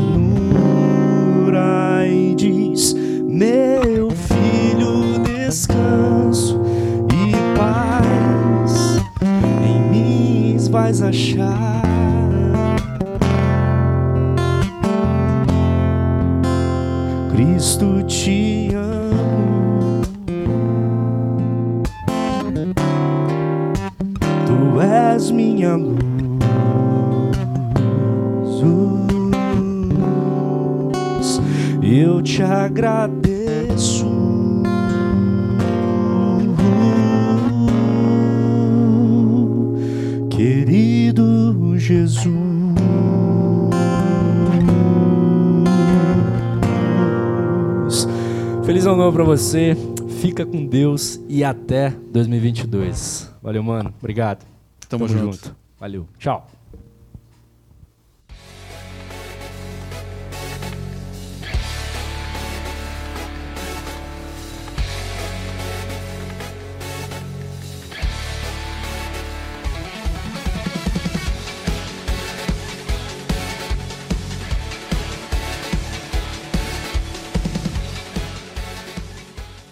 ternura e diz: meu filho, descanso e paz em mim vais achar. Cristo, te amo, tu és minha luz, eu te agradeço, querido Jesus. Feliz ano novo pra você, fica com Deus e até dois mil e vinte e dois. Valeu, mano, obrigado. Tamo, Tamo junto. junto. Valeu, tchau.